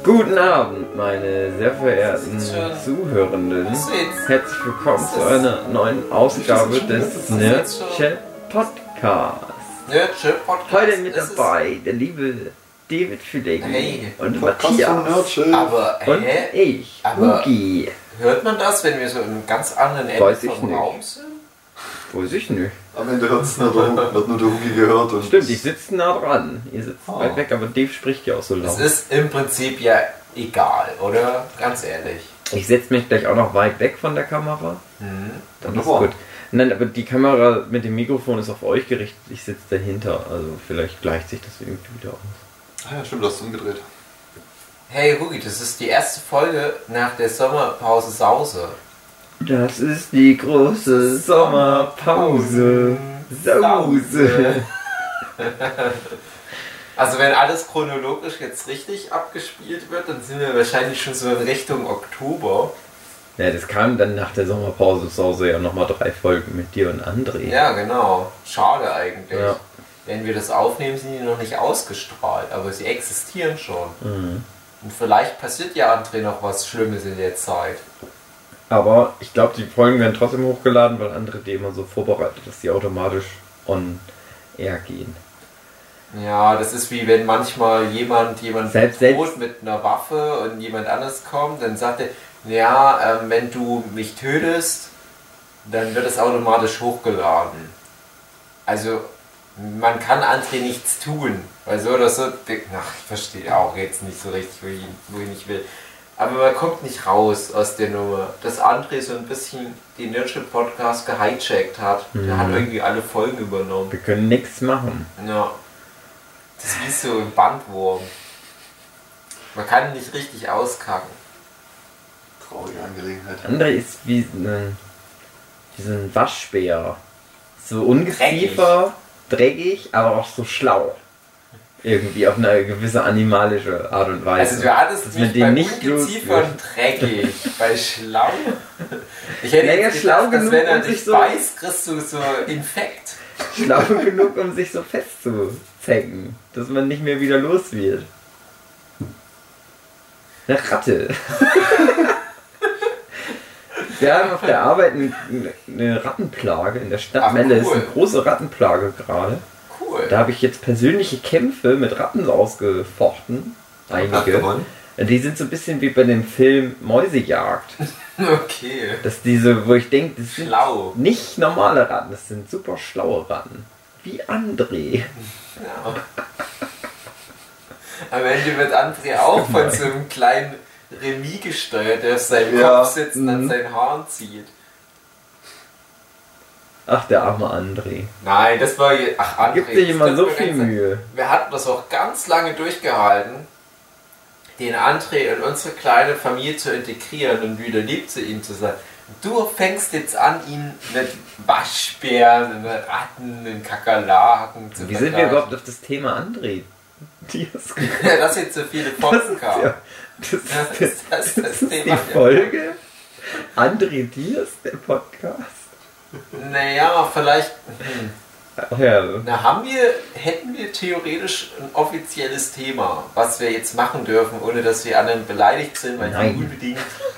Guten Abend, meine sehr verehrten Zuhörenden. Herzlich willkommen zu einer neuen Ausgabe des Nerdchat Podcasts. Heute mit dabei der liebe David Fileggi und Matthias und ich, Hugi. Hört man das, wenn wir so in einem ganz anderen Ende vom Raum sind? Weiß ich nicht. Am Ende wird nur der Hugi gehört. Und stimmt, ich sitze nah dran. Ihr sitzt weit weg, aber Dave spricht ja auch so laut. Es ist im Prinzip ja egal, oder? Ganz ehrlich. Ich setze mich gleich auch noch weit weg von der Kamera. Dann ist gut. Nein, aber die Kamera mit dem Mikrofon ist auf euch gerichtet. Ich sitze dahinter. Also vielleicht gleicht sich das irgendwie wieder aus. Ah ja, stimmt, du hast es umgedreht. Hey Hugi, das ist die erste Folge nach der Sommerpause Sause. Das ist die große Sommerpause. Sause. Also wenn alles chronologisch jetzt richtig abgespielt wird, dann sind wir wahrscheinlich schon so in Richtung Oktober. Ja, das kam dann nach der Sommerpause Sause ja nochmal 3 Folgen mit dir und André. Ja, genau. Schade eigentlich. Ja. Wenn wir das aufnehmen, sind die noch nicht ausgestrahlt, aber sie existieren schon. Mhm. Und vielleicht passiert ja André noch was Schlimmes in der Zeit. Aber ich glaube, die Folgen werden trotzdem hochgeladen, weil André die immer so vorbereitet, dass die automatisch on air gehen. Ja, das ist wie wenn manchmal jemand bedroht mit einer Waffe und jemand anderes kommt, dann sagt er, ja, wenn du mich tötest, dann wird es automatisch hochgeladen. Also man kann André nichts tun, weil so oder so, ich verstehe auch jetzt nicht so richtig, wohin ich will. Aber man kommt nicht raus aus der Nummer, dass André so ein bisschen den Nerdship Podcast gehijackt hat. Der hat irgendwie alle Folgen übernommen. Wir können nichts machen. Ja. Das ist wie so ein Bandwurm. Man kann ihn nicht richtig auskacken. Traurige Angelegenheit. André ist wie so ein Waschbär. So ungeziefer, dreckig, aber auch so schlau. Irgendwie auf eine gewisse animalische Art und Weise. Also du hattest mich bei ungeziefer und dreckig, bei schlau. Ich hätte jetzt schlau gedacht, dass genug, wenn er um dich sich so beißt, kriegst du so Infekt. Schlau genug, um sich so festzuzecken, dass man nicht mehr wieder los wird. Eine Ratte. Wir haben auf der Arbeit eine Rattenplage in der Stadt Melle. Cool. Ist eine große Rattenplage gerade. Cool. Da habe ich jetzt persönliche Kämpfe mit Ratten ausgefochten. Einige. Die sind so ein bisschen wie bei dem Film Mäusejagd. Okay. Dass diese, wo ich denke, das sind schlau. Nicht normale Ratten, das sind super schlaue Ratten. Wie André. Ja. Am Ende wird André auch von so einem kleinen Remis gesteuert, der auf seinem Kopf sitzt und an seinen Haaren zieht. Ach, der arme André. Nein, das war... Ach, André. Gibt sich immer so viel Mühe. Wir hatten das auch ganz lange durchgehalten, den André in unsere kleine Familie zu integrieren und wieder lieb zu ihm zu sein. Du fängst jetzt an, ihn mit Waschbären, mit Ratten, mit Kakerlaken zu Wie sind wir überhaupt auf das Thema André? Ja, dass jetzt so viele Folgen kamen. Das ist die Folge? André Diaz, der Podcast? Naja, vielleicht... Ach ja. Na, hätten wir theoretisch ein offizielles Thema, was wir jetzt machen dürfen, ohne dass wir anderen beleidigt sind, weil die unbedingt...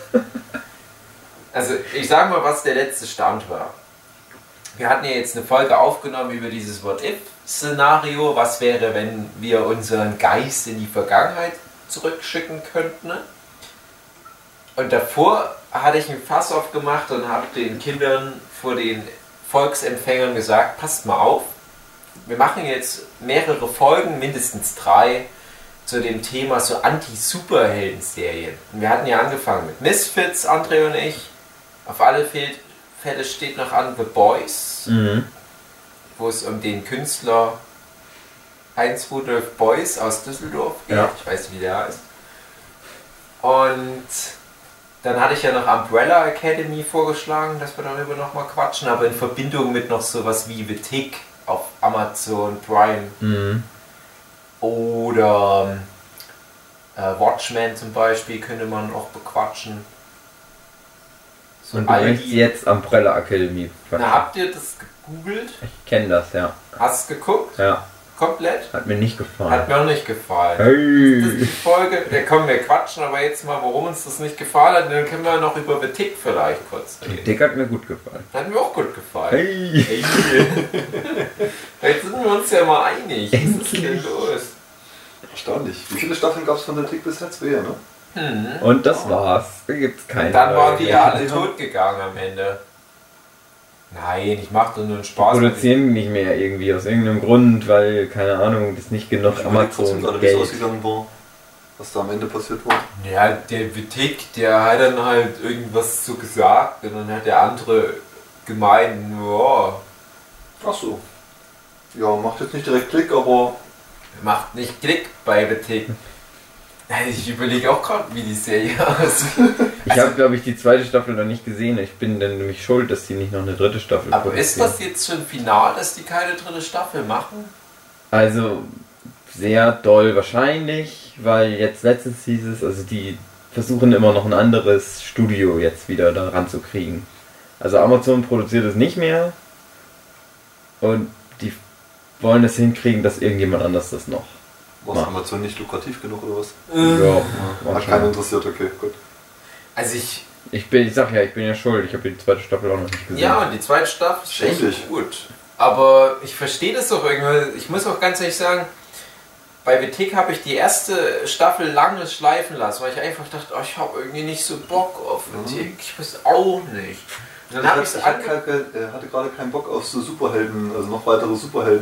Also, ich sag mal, was der letzte Stand war. Wir hatten ja jetzt eine Folge aufgenommen über dieses What-If-Szenario. Was wäre, wenn wir unseren Geist in die Vergangenheit zurückschicken könnten? Und davor hatte ich ein Fass aufgemacht und habe den Kindern vor den Volksempfängern gesagt, passt mal auf, wir machen jetzt mehrere Folgen, mindestens 3, zu dem Thema so Anti-Superhelden-Serien. Und wir hatten ja angefangen mit Misfits, André und ich. Auf alle Fälle steht noch an The Boys, wo es um den Künstler Heinz Rudolf Beuys aus Düsseldorf geht. Ja. Ich weiß nicht, wie der heißt. Und dann hatte ich ja noch Umbrella Academy vorgeschlagen, dass wir darüber nochmal quatschen, aber in Verbindung mit noch sowas wie The Tick auf Amazon Prime. Oder Watchmen zum Beispiel könnte man auch bequatschen. So und du möchtest jetzt Umbrella Academy quatschen. Na, habt ihr das gegoogelt? Ich kenne das, ja. Hast du geguckt? Ja. Komplett. Hat mir nicht gefallen. Hat mir auch nicht gefallen. Hey. Das ist die Folge. Da kommen wir quatschen, aber jetzt mal, warum uns das nicht gefallen hat. Dann können wir noch über The Tick vielleicht kurz reden. The Tick hat mir gut gefallen. Hat mir auch gut gefallen. Hey. Jetzt sind wir uns ja mal einig. Was ist denn los? Erstaunlich. Wie viele Staffeln gab es von The Tick bis jetzt? 2, ne? Und das war's. Da gibt's keine. Und dann waren die ja alle tot gegangen am Ende. Nein, ich mache doch nur einen Spaß. Die produzieren nicht mehr irgendwie aus irgendeinem Grund, weil, keine Ahnung, das nicht genug Amazon gerade, wie Geld. es ausgegangen war, was da am Ende passiert war. Ja, der Vitik, der hat dann halt irgendwas so gesagt und dann hat der andere gemeint, ja. Ach so. Ja, macht jetzt nicht direkt Klick, aber... Macht nicht Klick bei Vitik. Ich überlege auch gerade, wie die Serie aussieht. Ich habe, glaube ich, die zweite Staffel noch nicht gesehen. Ich bin dann nämlich schuld, dass die nicht noch eine dritte Staffel aber produzieren. Ist das jetzt schon final, dass die keine dritte Staffel machen? Also, sehr doll wahrscheinlich, weil jetzt letztens hieß es, also die versuchen immer noch ein anderes Studio jetzt wieder da ranzukriegen. Also Amazon produziert es nicht mehr und die wollen es hinkriegen, dass irgendjemand anders das noch war es Amazon nicht lukrativ genug oder was? Ja, hat keinen interessiert, okay, gut. Also ich sag ja, ich bin ja schuld, ich habe die zweite Staffel auch noch nicht gesehen. Ja, und die zweite Staffel ist echt gut. Aber ich verstehe das auch irgendwie, ich muss auch ganz ehrlich sagen, bei WTK habe ich die erste Staffel lange schleifen lassen, weil ich einfach dachte, oh, ich habe irgendwie nicht so Bock auf WTK, ich weiß auch nicht. Und dann ich hatte gerade keinen Bock auf so Superhelden, also noch weitere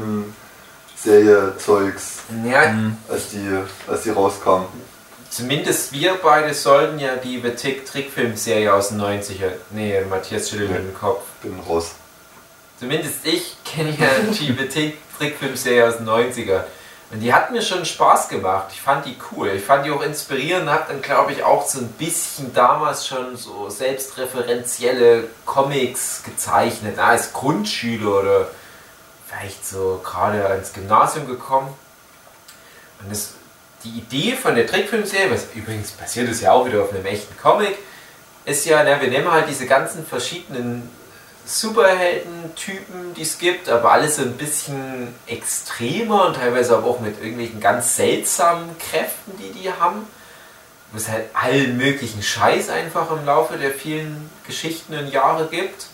Superhelden-Serie-Zeugs, ja. als die rauskamen. Zumindest wir beide sollten ja die Trickfilmserie aus den 90er. Nee, Matthias schüttelt mit dem Kopf. Bin raus. Zumindest ich kenne ja die Trickfilmserie aus den 90er. Und die hat mir schon Spaß gemacht. Ich fand die cool. Ich fand die auch inspirierend. Hab dann, glaube ich, auch so ein bisschen damals schon so selbstreferenzielle Comics gezeichnet. Als Grundschüler oder vielleicht so gerade ans Gymnasium gekommen. Und die Idee von der Trickfilmserie, was übrigens passiert ist ja auch wieder auf einem echten Comic, ist ja, wir nehmen halt diese ganzen verschiedenen Superhelden-Typen, die es gibt, aber alles so ein bisschen extremer und teilweise aber auch mit irgendwelchen ganz seltsamen Kräften, die haben. Wo es halt allen möglichen Scheiß einfach im Laufe der vielen Geschichten und Jahre gibt.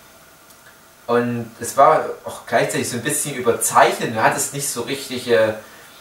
Und es war auch gleichzeitig so ein bisschen überzeichnet. Du hattest nicht so richtige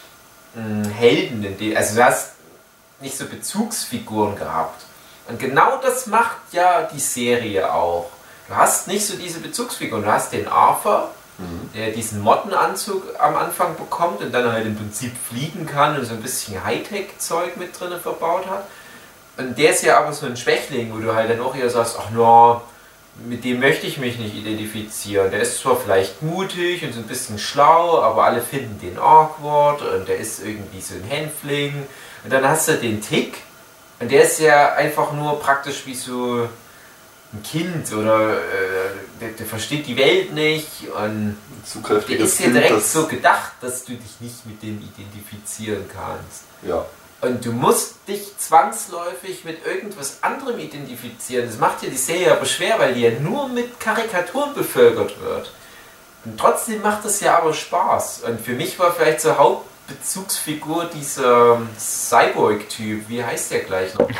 Helden, also du hast nicht so Bezugsfiguren gehabt. Und genau das macht ja die Serie auch. Du hast nicht so diese Bezugsfiguren. Du hast den Arthur, der diesen Mottenanzug am Anfang bekommt und dann halt im Prinzip fliegen kann und so ein bisschen Hightech-Zeug mit drin verbaut hat. Und der ist ja aber so ein Schwächling, wo du halt dann auch eher sagst, ach no, mit dem möchte ich mich nicht identifizieren. Der ist zwar vielleicht mutig und so ein bisschen schlau, aber alle finden den awkward und der ist irgendwie so ein Hänfling. Und dann hast du den Tick und der ist ja einfach nur praktisch wie so ein Kind oder der versteht die Welt nicht und der ist ja direkt so gedacht, dass du dich nicht mit dem identifizieren kannst. Ja. Und du musst dich zwangsläufig mit irgendwas anderem identifizieren. Das macht dir die Serie aber schwer, weil die ja nur mit Karikaturen bevölkert wird. Und trotzdem macht es ja aber Spaß. Und für mich war vielleicht so Hauptbezugsfigur dieser Cyborg-Typ. Wie heißt der gleich noch?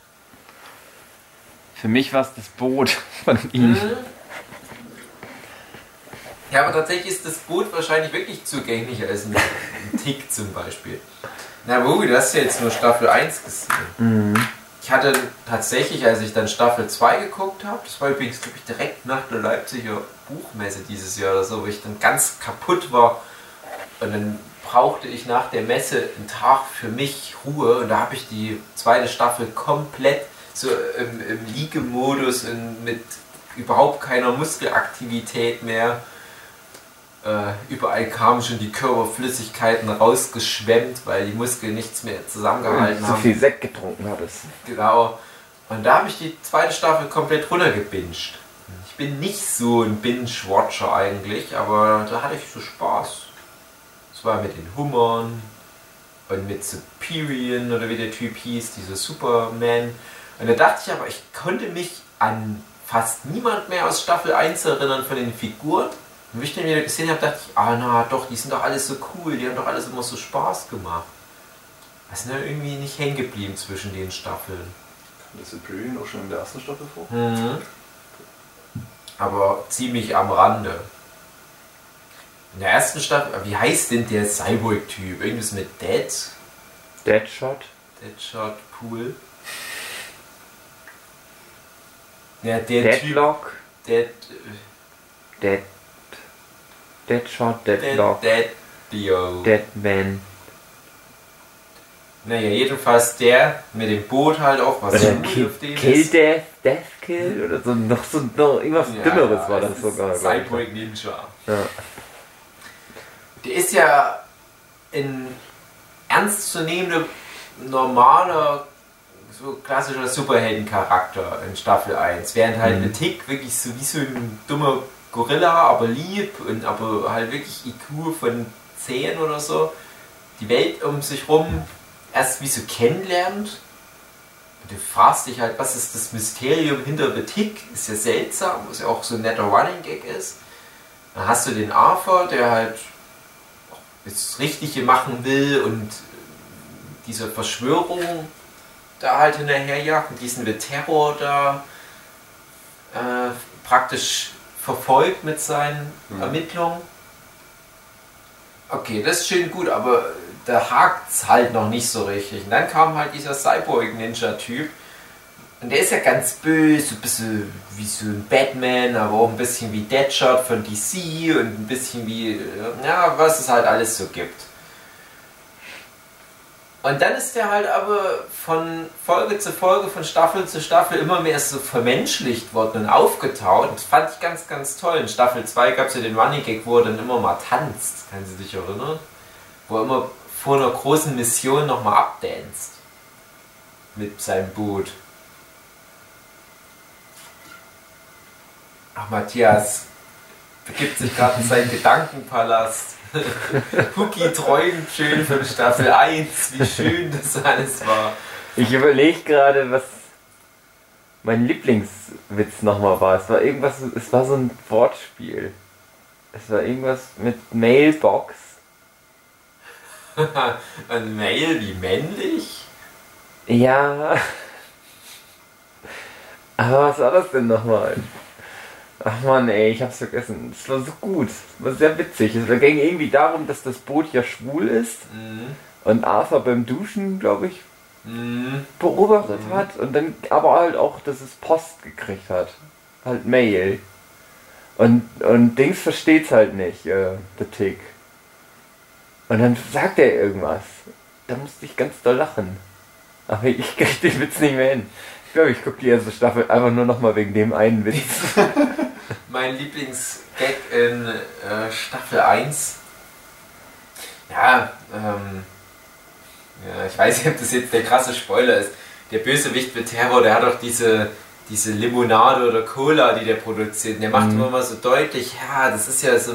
Für mich war es das Boot von ihm. Ja, aber tatsächlich ist das Boot wahrscheinlich wirklich zugänglicher als ein Tick zum Beispiel. Na Bogi, du hast ja jetzt nur Staffel 1 gesehen. Ich hatte tatsächlich, als ich dann Staffel 2 geguckt habe, das war übrigens, glaube ich, direkt nach der Leipziger Buchmesse dieses Jahr oder so, wo ich dann ganz kaputt war und dann brauchte ich nach der Messe einen Tag für mich Ruhe und da habe ich die zweite Staffel komplett so im Liegemodus mit überhaupt keiner Muskelaktivität mehr. Überall kamen schon die Körperflüssigkeiten rausgeschwemmt, weil die Muskeln nichts mehr zusammengehalten haben. So viel Sekt getrunken hattest. Genau. Und da habe ich die zweite Staffel komplett runtergebinged. Ich bin nicht so ein Binge-Watcher eigentlich, aber da hatte ich so Spaß. Es war mit den Hummern und mit Superior oder wie der Typ hieß, dieser Superman. Und da dachte ich aber, ich konnte mich an fast niemand mehr aus Staffel 1 erinnern von den Figuren. Und wie ich den wieder gesehen habe, dachte ich, na doch, die sind doch alles so cool, die haben doch alles immer so Spaß gemacht. Das ist irgendwie nicht hängen geblieben zwischen den Staffeln. Das Superior auch schon in der ersten Staffel vor? Mhm. Aber ziemlich am Rande. In der ersten Staffel, wie heißt denn der Cyborg-Typ? Irgendwas mit Deadshot? Deadshot, Pool. Ja, der Deadlock? Typ. Deadshot, Deadlock. Deadbio. Deadman. Naja, jedenfalls der mit dem Boot halt auch, was oder so auf dem Kill ist. Death Kill oder so, noch irgendwas Dümmeres war das sogar. Cyborg Ninja. Ja. Der ist ja ein ernstzunehmender, normaler, so klassischer Superheldencharakter in Staffel 1. Während halt The Tick wirklich so wie so ein dummer Gorilla, aber lieb und aber halt wirklich IQ von 10 oder so, die Welt um sich rum erst wie so kennenlernt. Und du fragst dich halt, was ist das Mysterium hinter The Tick? Ist ja seltsam, was ja auch so ein netter Running Gag ist. Dann hast du den Arthur, der halt das Richtige machen will und diese Verschwörung da halt hinterherjagt und diesen Terror da praktisch verfolgt mit seinen Ermittlungen. Okay, das ist schön gut, aber da hakt es halt noch nicht so richtig. Und dann kam halt dieser Cyborg-Ninja-Typ. Und der ist ja ganz böse, ein bisschen wie so ein Batman, aber auch ein bisschen wie Deadshot von DC und ein bisschen wie, ja, was es halt alles so gibt. Und dann ist der halt aber von Folge zu Folge, von Staffel zu Staffel immer mehr so vermenschlicht worden und aufgetaut. Das fand ich ganz, ganz toll. In Staffel 2 gab es ja den Running Gag, wo er dann immer mal tanzt. Kann Sie sich erinnern? Wo er immer vor einer großen Mission nochmal abdanzt. Mit seinem Boot. Ach, Matthias begibt sich gerade in seinen Gedankenpalast. Huki träumt schön von Staffel 1, wie schön das alles war. Ich überlege gerade, was mein Lieblingswitz nochmal war. Es war irgendwas, es war so ein Wortspiel. Es war irgendwas mit Mailbox. Ein Mail wie männlich? Ja. Aber was war das denn nochmal? Ach man, ey, ich hab's vergessen. Es war so gut. Es war sehr witzig. Es ging irgendwie darum, dass das Boot ja schwul ist. Und Arthur beim Duschen, glaube ich, beobachtet hat. Und dann aber halt auch, dass es Post gekriegt hat. Halt Mail. Und Dings versteht's halt nicht, The Tick. Und dann sagt er irgendwas. Da musste ich ganz doll lachen. Aber ich krieg den Witz nicht mehr hin. Ich glaube, ich gucke die erste Staffel einfach nur nochmal wegen dem einen Witz. Mein Lieblingsgag in Staffel 1. Ja, ich weiß nicht, ob das jetzt der krasse Spoiler ist. Der Bösewicht mit Terror, der hat doch diese Limonade oder Cola, die der produziert. Und der macht immer mal so deutlich, ja, das ist ja so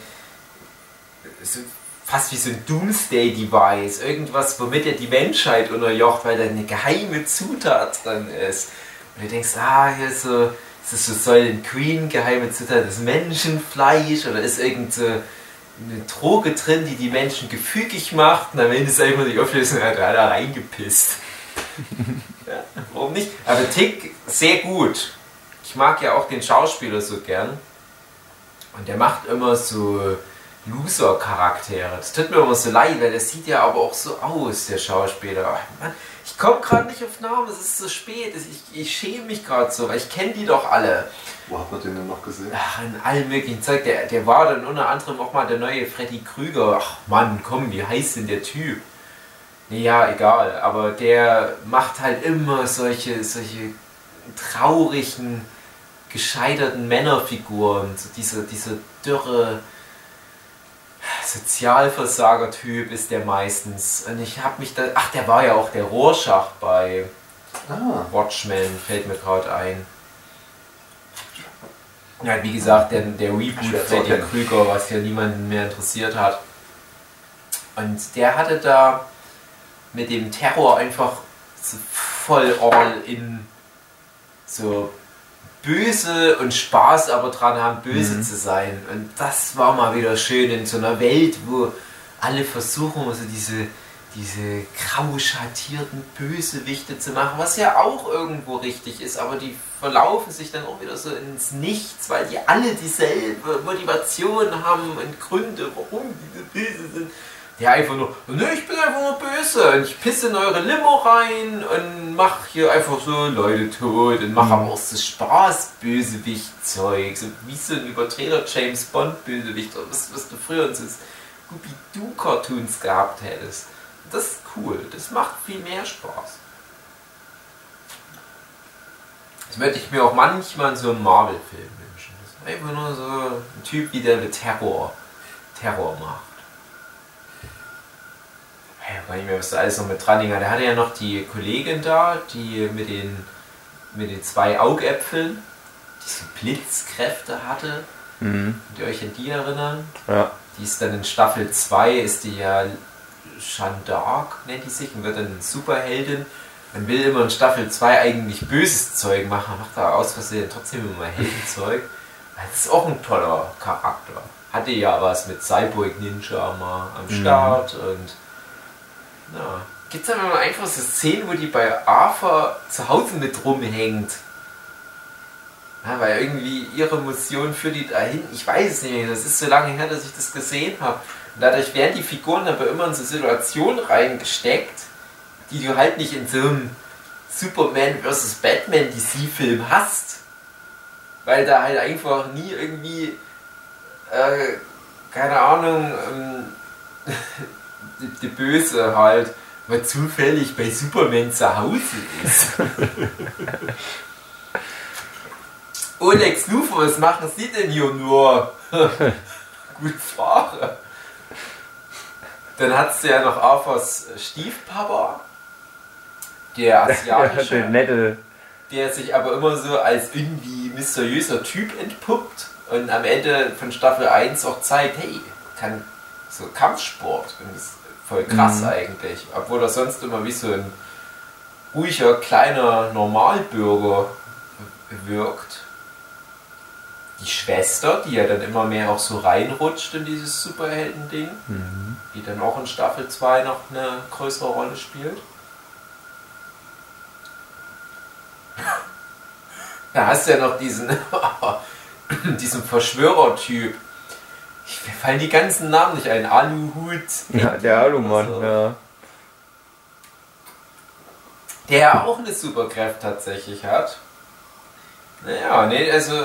fast wie so ein Doomsday-Device. Irgendwas, womit er die Menschheit unterjocht, weil da eine geheime Zutat drin ist. Und du denkst, hier ist so Soylent Green, geheime Zutat des Menschenfleisch, oder ist irgendeine Droge drin, die Menschen gefügig macht, und am Ende ist einfach die Auflösung, hat er da reingepisst. Ja, warum nicht? Aber Tick, sehr gut. Ich mag ja auch den Schauspieler so gern. Und der macht immer so Loser-Charaktere. Das tut mir immer so leid, weil der sieht ja aber auch so aus, der Schauspieler. Ach, Mann, ich komme gerade nicht auf Namen, es ist so spät. Ich schäme mich gerade so, weil ich kenne die doch alle. Wo hat man den denn noch gesehen? Ach, in allem möglichen Zeug. Der war dann unter anderem auch mal der neue Freddy Krüger. Ach Mann, komm, wie heißt denn der Typ? Ja, egal. Aber der macht halt immer solche traurigen, gescheiterten Männerfiguren. So dieser dürre Sozialversager-Typ ist der meistens. Und ich habe mich da... Ach, der war ja auch der Rorschach bei Watchmen, fällt mir gerade ein. Ja, wie gesagt, der Reboot Freddy Krüger, was ja niemanden mehr interessiert hat. Und der hatte da mit dem Terror einfach so voll all in so böse und Spaß aber dran haben, böse zu sein. Und das war mal wieder schön in so einer Welt, wo alle versuchen, also diese grau schattierten Bösewichte zu machen, was ja auch irgendwo richtig ist, aber die verlaufen sich dann auch wieder so ins Nichts, weil die alle dieselbe Motivation haben und Gründe, warum diese böse sind. Der einfach nur, ne, ich bin einfach nur böse und ich pisse in eure Limo rein und mach hier einfach so Leute tot und mach aber auch so Spaß-Bösewicht-Zeug, so wie so ein überdrehter James Bond-Bösewicht, was du früher in so Scooby-Doo-Cartoons gehabt hättest. Das ist cool, das macht viel mehr Spaß. Das möchte ich mir auch manchmal in so einem Marvel-Film wünschen. Das ist einfach nur so ein Typ, wie der Terror macht. Ich weiß nicht mehr, was da alles noch mit dran ging. Der hatte ja noch die Kollegin da, die mit den 2 Augäpfeln, die so Blitzkräfte hatte. Könnt ihr euch an die erinnern? Ja. Die ist dann in Staffel 2, ist die ja Jeanne d'Arc, nennt die sich, und wird dann Superheldin. Man will immer in Staffel 2 eigentlich böses Zeug machen, macht aber aus Versehen trotzdem immer mal Heldenzeug. Das ist auch ein toller Charakter. Hatte ja was mit Cyborg Ninja mal am Start und ja. Gibt es dann mal einfach so Szenen, wo die bei Arthur zu Hause mit rumhängt? Ja, weil irgendwie ihre Mission führt die dahin. Ich weiß es nicht mehr, das ist so lange her, dass ich das gesehen habe. Und dadurch werden die Figuren aber immer in so Situationen reingesteckt, die du halt nicht in so einem Superman vs. Batman DC-Film hast. Weil da halt einfach nie irgendwie, keine Ahnung, die Böse halt mal zufällig bei Superman zu Hause ist. Oh, Lex Luthor, was machen Sie denn hier nur? Gut fahren. Dann hat sie ja noch Arthurs Stiefpapa, der asiatische, der nette, der sich aber immer so als irgendwie mysteriöser Typ entpuppt und am Ende von Staffel 1 auch zeigt, hey, kann so Kampfsport, und das ist voll krass eigentlich, obwohl er sonst immer wie so ein ruhiger, kleiner Normalbürger wirkt. Die Schwester, die ja dann immer mehr auch so reinrutscht in dieses Superhelden-Ding, die dann auch in Staffel 2 noch eine größere Rolle spielt. Da hast du ja noch diesen Verschwörer-Typ. Mir fallen die ganzen Namen nicht ein. Aluhut. Ja, der Alumann, so. Ja. Der auch eine Superkraft tatsächlich hat. Naja, nee, also.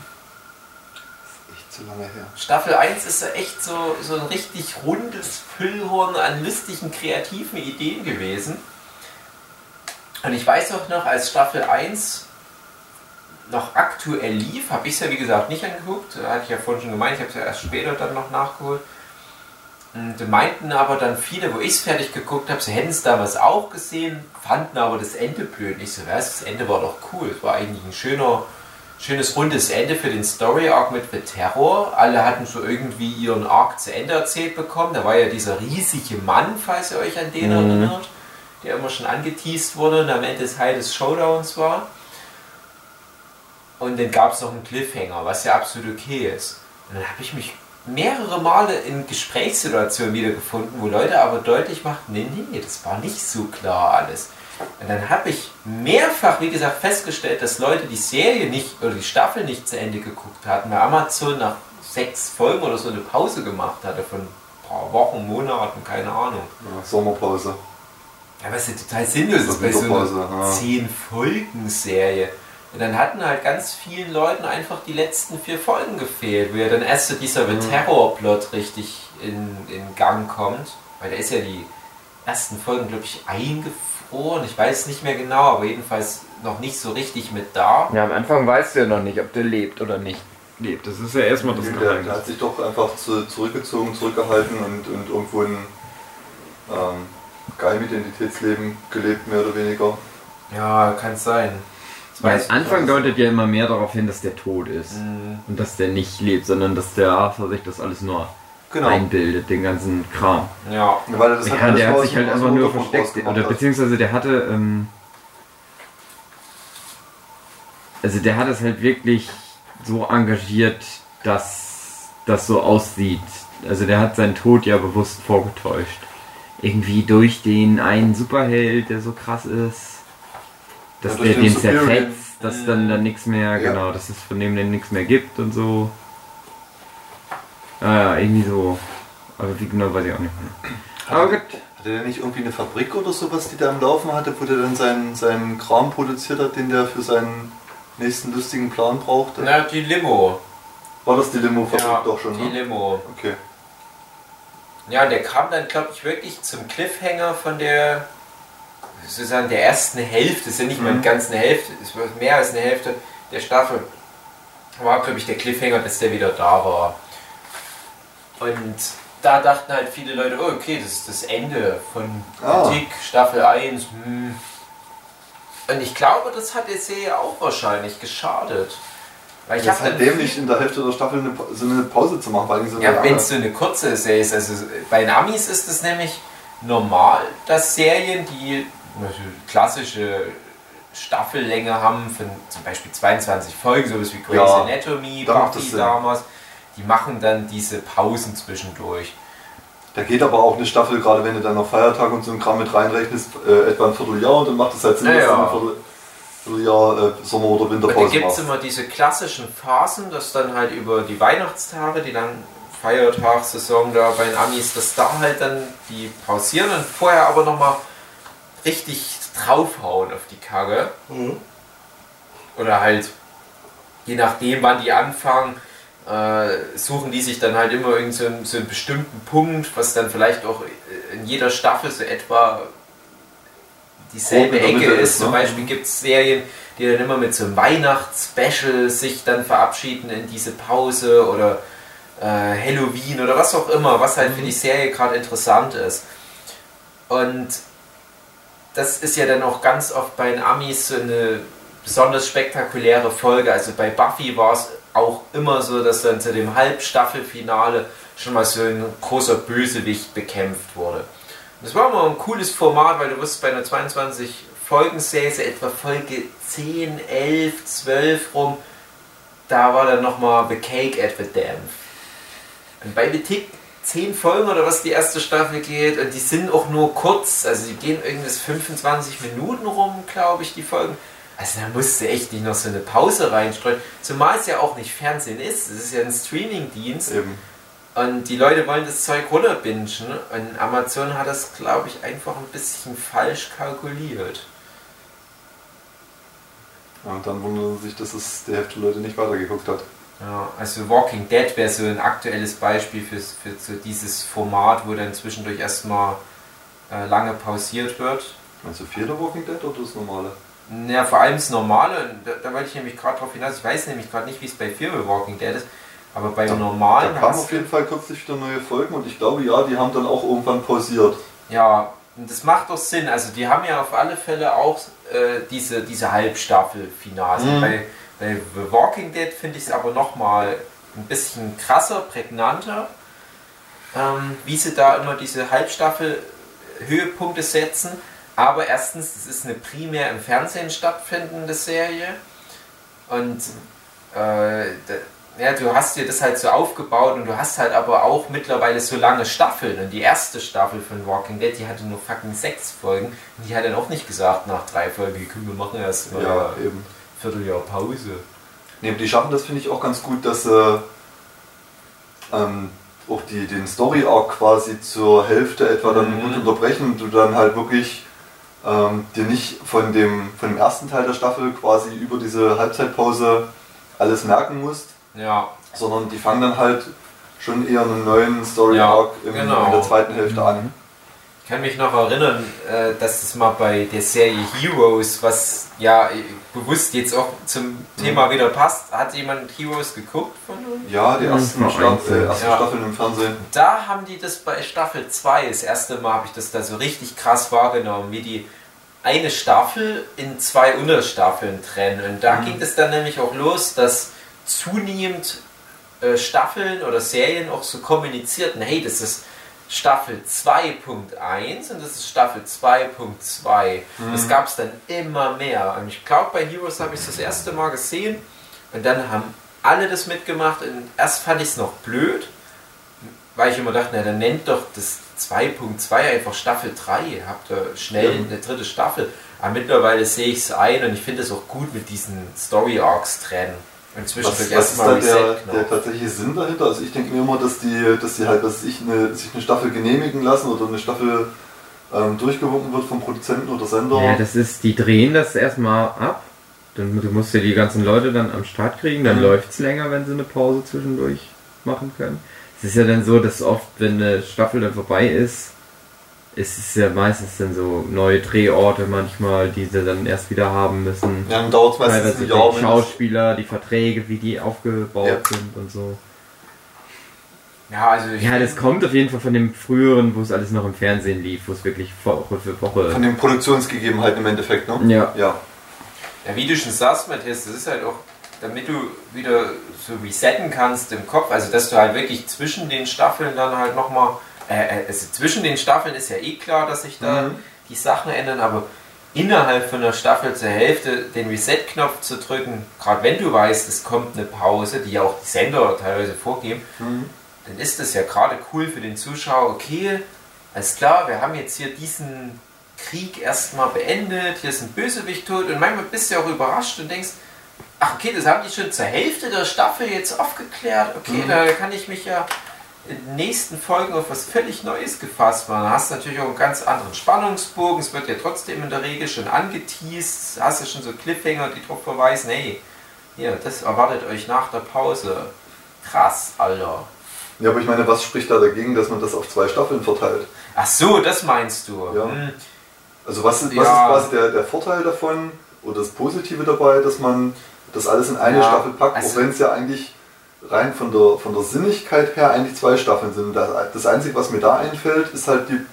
Echt zu lange her. Staffel 1 ist ja echt so ein richtig rundes Füllhorn an lustigen, kreativen Ideen gewesen. Und ich weiß auch noch, als Staffel 1 noch aktuell lief, habe ich es ja wie gesagt nicht angeguckt, hatte ich ja vorhin schon gemeint, ich habe es ja erst später dann noch nachgeholt. Und meinten aber dann viele, wo ich es fertig geguckt habe, sie hätten es damals auch gesehen, fanden aber das Ende blöd. Ich so, was, das Ende war doch cool, es war eigentlich ein schönes rundes Ende für den Story-Arc mit The Terror. Alle hatten so irgendwie ihren Arc zu Ende erzählt bekommen, da war ja dieser riesige Mann, falls ihr euch an den erinnert, der immer schon angeteased wurde und am Ende des Showdowns war. Und dann gab es noch einen Cliffhanger, was ja absolut okay ist. Und dann habe ich mich mehrere Male in Gesprächssituationen wiedergefunden, wo Leute aber deutlich machten, nee, das war nicht so klar alles. Und dann habe ich mehrfach, wie gesagt, festgestellt, dass Leute die Serie nicht oder die Staffel nicht zu Ende geguckt hatten, weil Amazon nach 6 Folgen oder so eine Pause gemacht hatte von ein paar Wochen, Monaten, keine Ahnung. Ja, Sommerpause. Ja, was ja total sinnlos ist bei so einer 10-Folgen-Serie. Und dann hatten halt ganz vielen Leuten einfach die letzten 4 Folgen gefehlt, wo ja dann erst so dieser Terror-Plot richtig in Gang kommt. Weil da ist ja die ersten Folgen, glaube ich, eingefroren. Ich weiß es nicht mehr genau, aber jedenfalls noch nicht so richtig mit da. Ja, am Anfang weißt du ja noch nicht, ob der lebt oder nicht lebt. Das ist ja erstmal das Geheimnis. Der hat sich doch einfach zurückgezogen, zurückgehalten und irgendwo ein Geheimidentitätsleben gelebt, mehr oder weniger. Ja, kann es sein. Weil am Anfang deutet ja immer mehr darauf hin, dass der tot ist. Und dass der nicht lebt, sondern dass der Arthur sich das alles nur einbildet, den ganzen Kram. Ja, weil das der hat sich halt einfach nur versteckt. Oder beziehungsweise der hatte also der hat es halt wirklich so engagiert, dass das so aussieht. Also der hat seinen Tod ja bewusst vorgetäuscht. Irgendwie durch den einen Superheld, der so krass ist, dass der den zerfetzt, dass dann nichts mehr, genau, dass es von dem dann nichts mehr gibt und so. Ja, irgendwie so. Aber wie genau weiß ich auch nicht mehr. Aber gut. Hatte der nicht irgendwie eine Fabrik oder sowas, die der am Laufen hatte, wo der dann seinen Kram produziert hat, den der für seinen nächsten lustigen Plan brauchte? Na, die Limo. War das die Limo-Fabrik ja, doch schon, die Limo. Okay. Ja, der kam dann, glaube ich, wirklich zum Cliffhanger von der, sozusagen der ersten Hälfte, ist ja nicht mal ganz eine Hälfte, es war mehr als eine Hälfte der Staffel, war, glaube ich, der Cliffhanger, dass der wieder da war. Und da dachten halt viele Leute, oh, okay, das ist das Ende von Kritik, Staffel 1. Und ich glaube, das hat der Serie auch wahrscheinlich geschadet. Weil ich das ist halt dämlich, in der Hälfte der Staffel so eine Pause zu machen. Weil so ja, wenn es so eine kurze Serie ist. Also bei den Amis ist es nämlich normal, dass Serien, die klassische Staffellänge haben, von zum Beispiel 22 Folgen, sowas wie Grey's Anatomy, Buffy damals, die machen dann diese Pausen zwischendurch. Da geht aber auch eine Staffel, gerade wenn du dann noch Feiertag und so ein Kram mit reinrechnest, etwa ein Vierteljahr und dann macht es halt Sinn, dass du ein Vierteljahr Sommer- oder Winterpause machst. Da gibt es immer diese klassischen Phasen, dass dann halt über die Weihnachtstage, die dann Feiertagssaison da bei den Amis, dass da halt dann die pausieren und vorher aber nochmal richtig draufhauen auf die Kacke. Oder halt, je nachdem wann die anfangen, suchen die sich dann halt immer irgend so einen bestimmten Punkt, was dann vielleicht auch in jeder Staffel so etwa dieselbe Ecke ist. Zum Beispiel gibt es Serien, die dann immer mit so einem Weihnachtsspecial sich dann verabschieden in diese Pause oder Halloween oder was auch immer, was halt für die Serie gerade interessant ist. Und das ist ja dann auch ganz oft bei den Amis so eine besonders spektakuläre Folge. Also bei Buffy war es auch immer so, dass dann zu dem Halbstaffelfinale schon mal so ein großer Bösewicht bekämpft wurde. Das war immer ein cooles Format, weil du wusstest, bei einer 22-Folgen-Serie, so etwa Folge 10, 11, 12 rum, da war dann nochmal The Cake at the Dam. Und bei The Tick 10 Folgen oder was die erste Staffel geht, und die sind auch nur kurz, also die gehen irgendwas 25 Minuten rum, glaube ich, die Folgen. Also da musst du echt nicht noch so eine Pause reinstreuen, zumal es ja auch nicht Fernsehen ist, es ist ja ein Streamingdienst. Und die Leute wollen das Zeug runterbingen und Amazon hat das, glaube ich, einfach ein bisschen falsch kalkuliert. Und dann wundern sich, dass es die Hälfte der Leute nicht weitergeguckt hat. Ja, also Walking Dead wäre so ein aktuelles Beispiel für so dieses Format, wo dann zwischendurch erstmal lange pausiert wird. Meinst du Fear the Walking Dead oder das normale? Ja, vor allem das Normale, da wollte ich nämlich gerade drauf hinaus, ich weiß nämlich gerade nicht, wie es bei Fear the Walking Dead ist, aber beim Normalen... Da kamen auf jeden Fall kürzlich wieder neue Folgen und ich glaube, ja, die haben dann auch irgendwann pausiert. Ja, und das macht doch Sinn, also die haben ja auf alle Fälle auch diese Halbstaffel-Finale. Bei The Walking Dead finde ich es aber nochmal ein bisschen krasser, prägnanter, wie sie da immer diese Halbstaffel-Höhepunkte setzen. Aber erstens, das ist eine primär im Fernsehen stattfindende Serie und du hast dir das halt so aufgebaut und du hast halt aber auch mittlerweile so lange Staffeln. Und die erste Staffel von Walking Dead, die hatte nur fucking 6 Folgen und die hat dann auch nicht gesagt nach 3 Folgen, wir machen erst mal ein Vierteljahr Pause. Nee, die schaffen das, finde ich, auch ganz gut, dass sie auch den Story-Arc quasi zur Hälfte etwa dann gut unterbrechen und du dann halt wirklich dir nicht von dem ersten Teil der Staffel quasi über diese Halbzeitpause alles merken musst, sondern die fangen dann halt schon eher einen neuen Story-Arc in der zweiten Hälfte an. Ich kann mich noch erinnern, dass es mal bei der Serie Heroes, was ja bewusst jetzt auch zum Thema wieder passt, hat jemand Heroes geguckt von uns? Ja, die ersten Staffeln im Fernsehen. Da haben die das bei Staffel 2, das erste Mal habe ich das da so richtig krass wahrgenommen, wie die eine Staffel in 2 Unterstaffeln trennen. Und da ging es dann nämlich auch los, dass zunehmend Staffeln oder Serien auch so kommunizierten, hey, das ist Staffel 2.1 und das ist Staffel 2.2. Das gab es dann immer mehr. Und ich glaube, bei Heroes habe ich es das erste Mal gesehen und dann haben alle das mitgemacht. Und erst fand ich es noch blöd, weil ich immer dachte, na dann nennt doch das 2.2 einfach Staffel 3. Habt ihr schnell eine dritte Staffel. Aber mittlerweile sehe ich es ein und ich finde es auch gut mit diesen Story Arcs trennen. Und zwischendurch erstmal Reset. Der tatsächliche Sinn dahinter? Also ich denke mir immer, dass die halt, sich eine Staffel genehmigen lassen oder eine Staffel durchgewunken wird vom Produzenten oder Sender. Ja, die drehen das erstmal ab. Du musst ja die ganzen Leute dann am Start kriegen, dann läuft es länger, wenn sie eine Pause zwischendurch machen können. Es ist ja dann so, dass oft, wenn eine Staffel dann vorbei ist, es ist ja meistens dann so neue Drehorte manchmal, die sie dann erst wieder haben müssen. Ja, dann dauert es meistens ein Jahr. Die Schauspieler, die Verträge, wie die aufgebaut sind und so. Ja, also das kommt auf jeden Fall von dem früheren, wo es alles noch im Fernsehen lief, wo es wirklich Woche für Woche... Von den Produktionsgegebenheiten im Endeffekt, ne? Ja. Ja, wie du schon sagst, Matthias, das ist halt auch, damit du wieder so resetten kannst im Kopf, also dass du halt wirklich zwischen den Staffeln dann halt nochmal... Also zwischen den Staffeln ist ja eh klar, dass sich da die Sachen ändern, aber innerhalb von der Staffel zur Hälfte den Reset-Knopf zu drücken, gerade wenn du weißt, es kommt eine Pause, die ja auch die Sender teilweise vorgeben, dann ist das ja gerade cool für den Zuschauer. Okay, alles klar, wir haben jetzt hier diesen Krieg erstmal beendet, hier ist ein Bösewicht tot und manchmal bist du ja auch überrascht und denkst, ach okay, das haben die schon zur Hälfte der Staffel jetzt aufgeklärt, okay, da kann ich mich ja in den nächsten Folgen auf was völlig Neues gefasst machen. Da hast du natürlich auch einen ganz anderen Spannungsbogen, es wird ja trotzdem in der Regel schon angeteased, hast du schon so Cliffhanger, die darauf verweisen, hey, hier, das erwartet euch nach der Pause. Krass, Alter. Ja, aber ich meine, was spricht da dagegen, dass man das auf 2 Staffeln verteilt? Ach so, das meinst du. Ja. Also was ist quasi der Vorteil davon oder das Positive dabei, dass man das alles in eine Staffel packt, also, auch wenn es ja eigentlich rein von der Sinnigkeit her eigentlich 2 Staffeln sind. Das Einzige, was mir da einfällt, ist halt der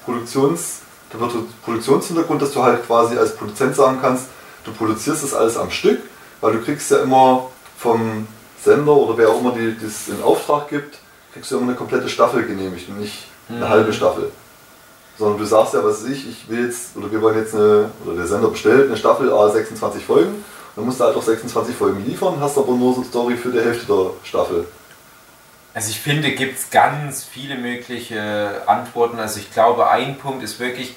Produktionshintergrund, dass du halt quasi als Produzent sagen kannst, du produzierst das alles am Stück, weil du kriegst ja immer vom Sender oder wer auch immer das in Auftrag gibt, kriegst du immer eine komplette Staffel genehmigt und nicht eine halbe Staffel. Sondern du sagst ja, was weiß ich will jetzt, oder wir wollen jetzt oder der Sender bestellt eine Staffel, 26 Folgen. Dann musst du halt auch 26 Folgen liefern, hast aber nur so eine Story für die Hälfte der Staffel. Also ich finde, gibt es ganz viele mögliche Antworten. Also ich glaube, ein Punkt ist wirklich,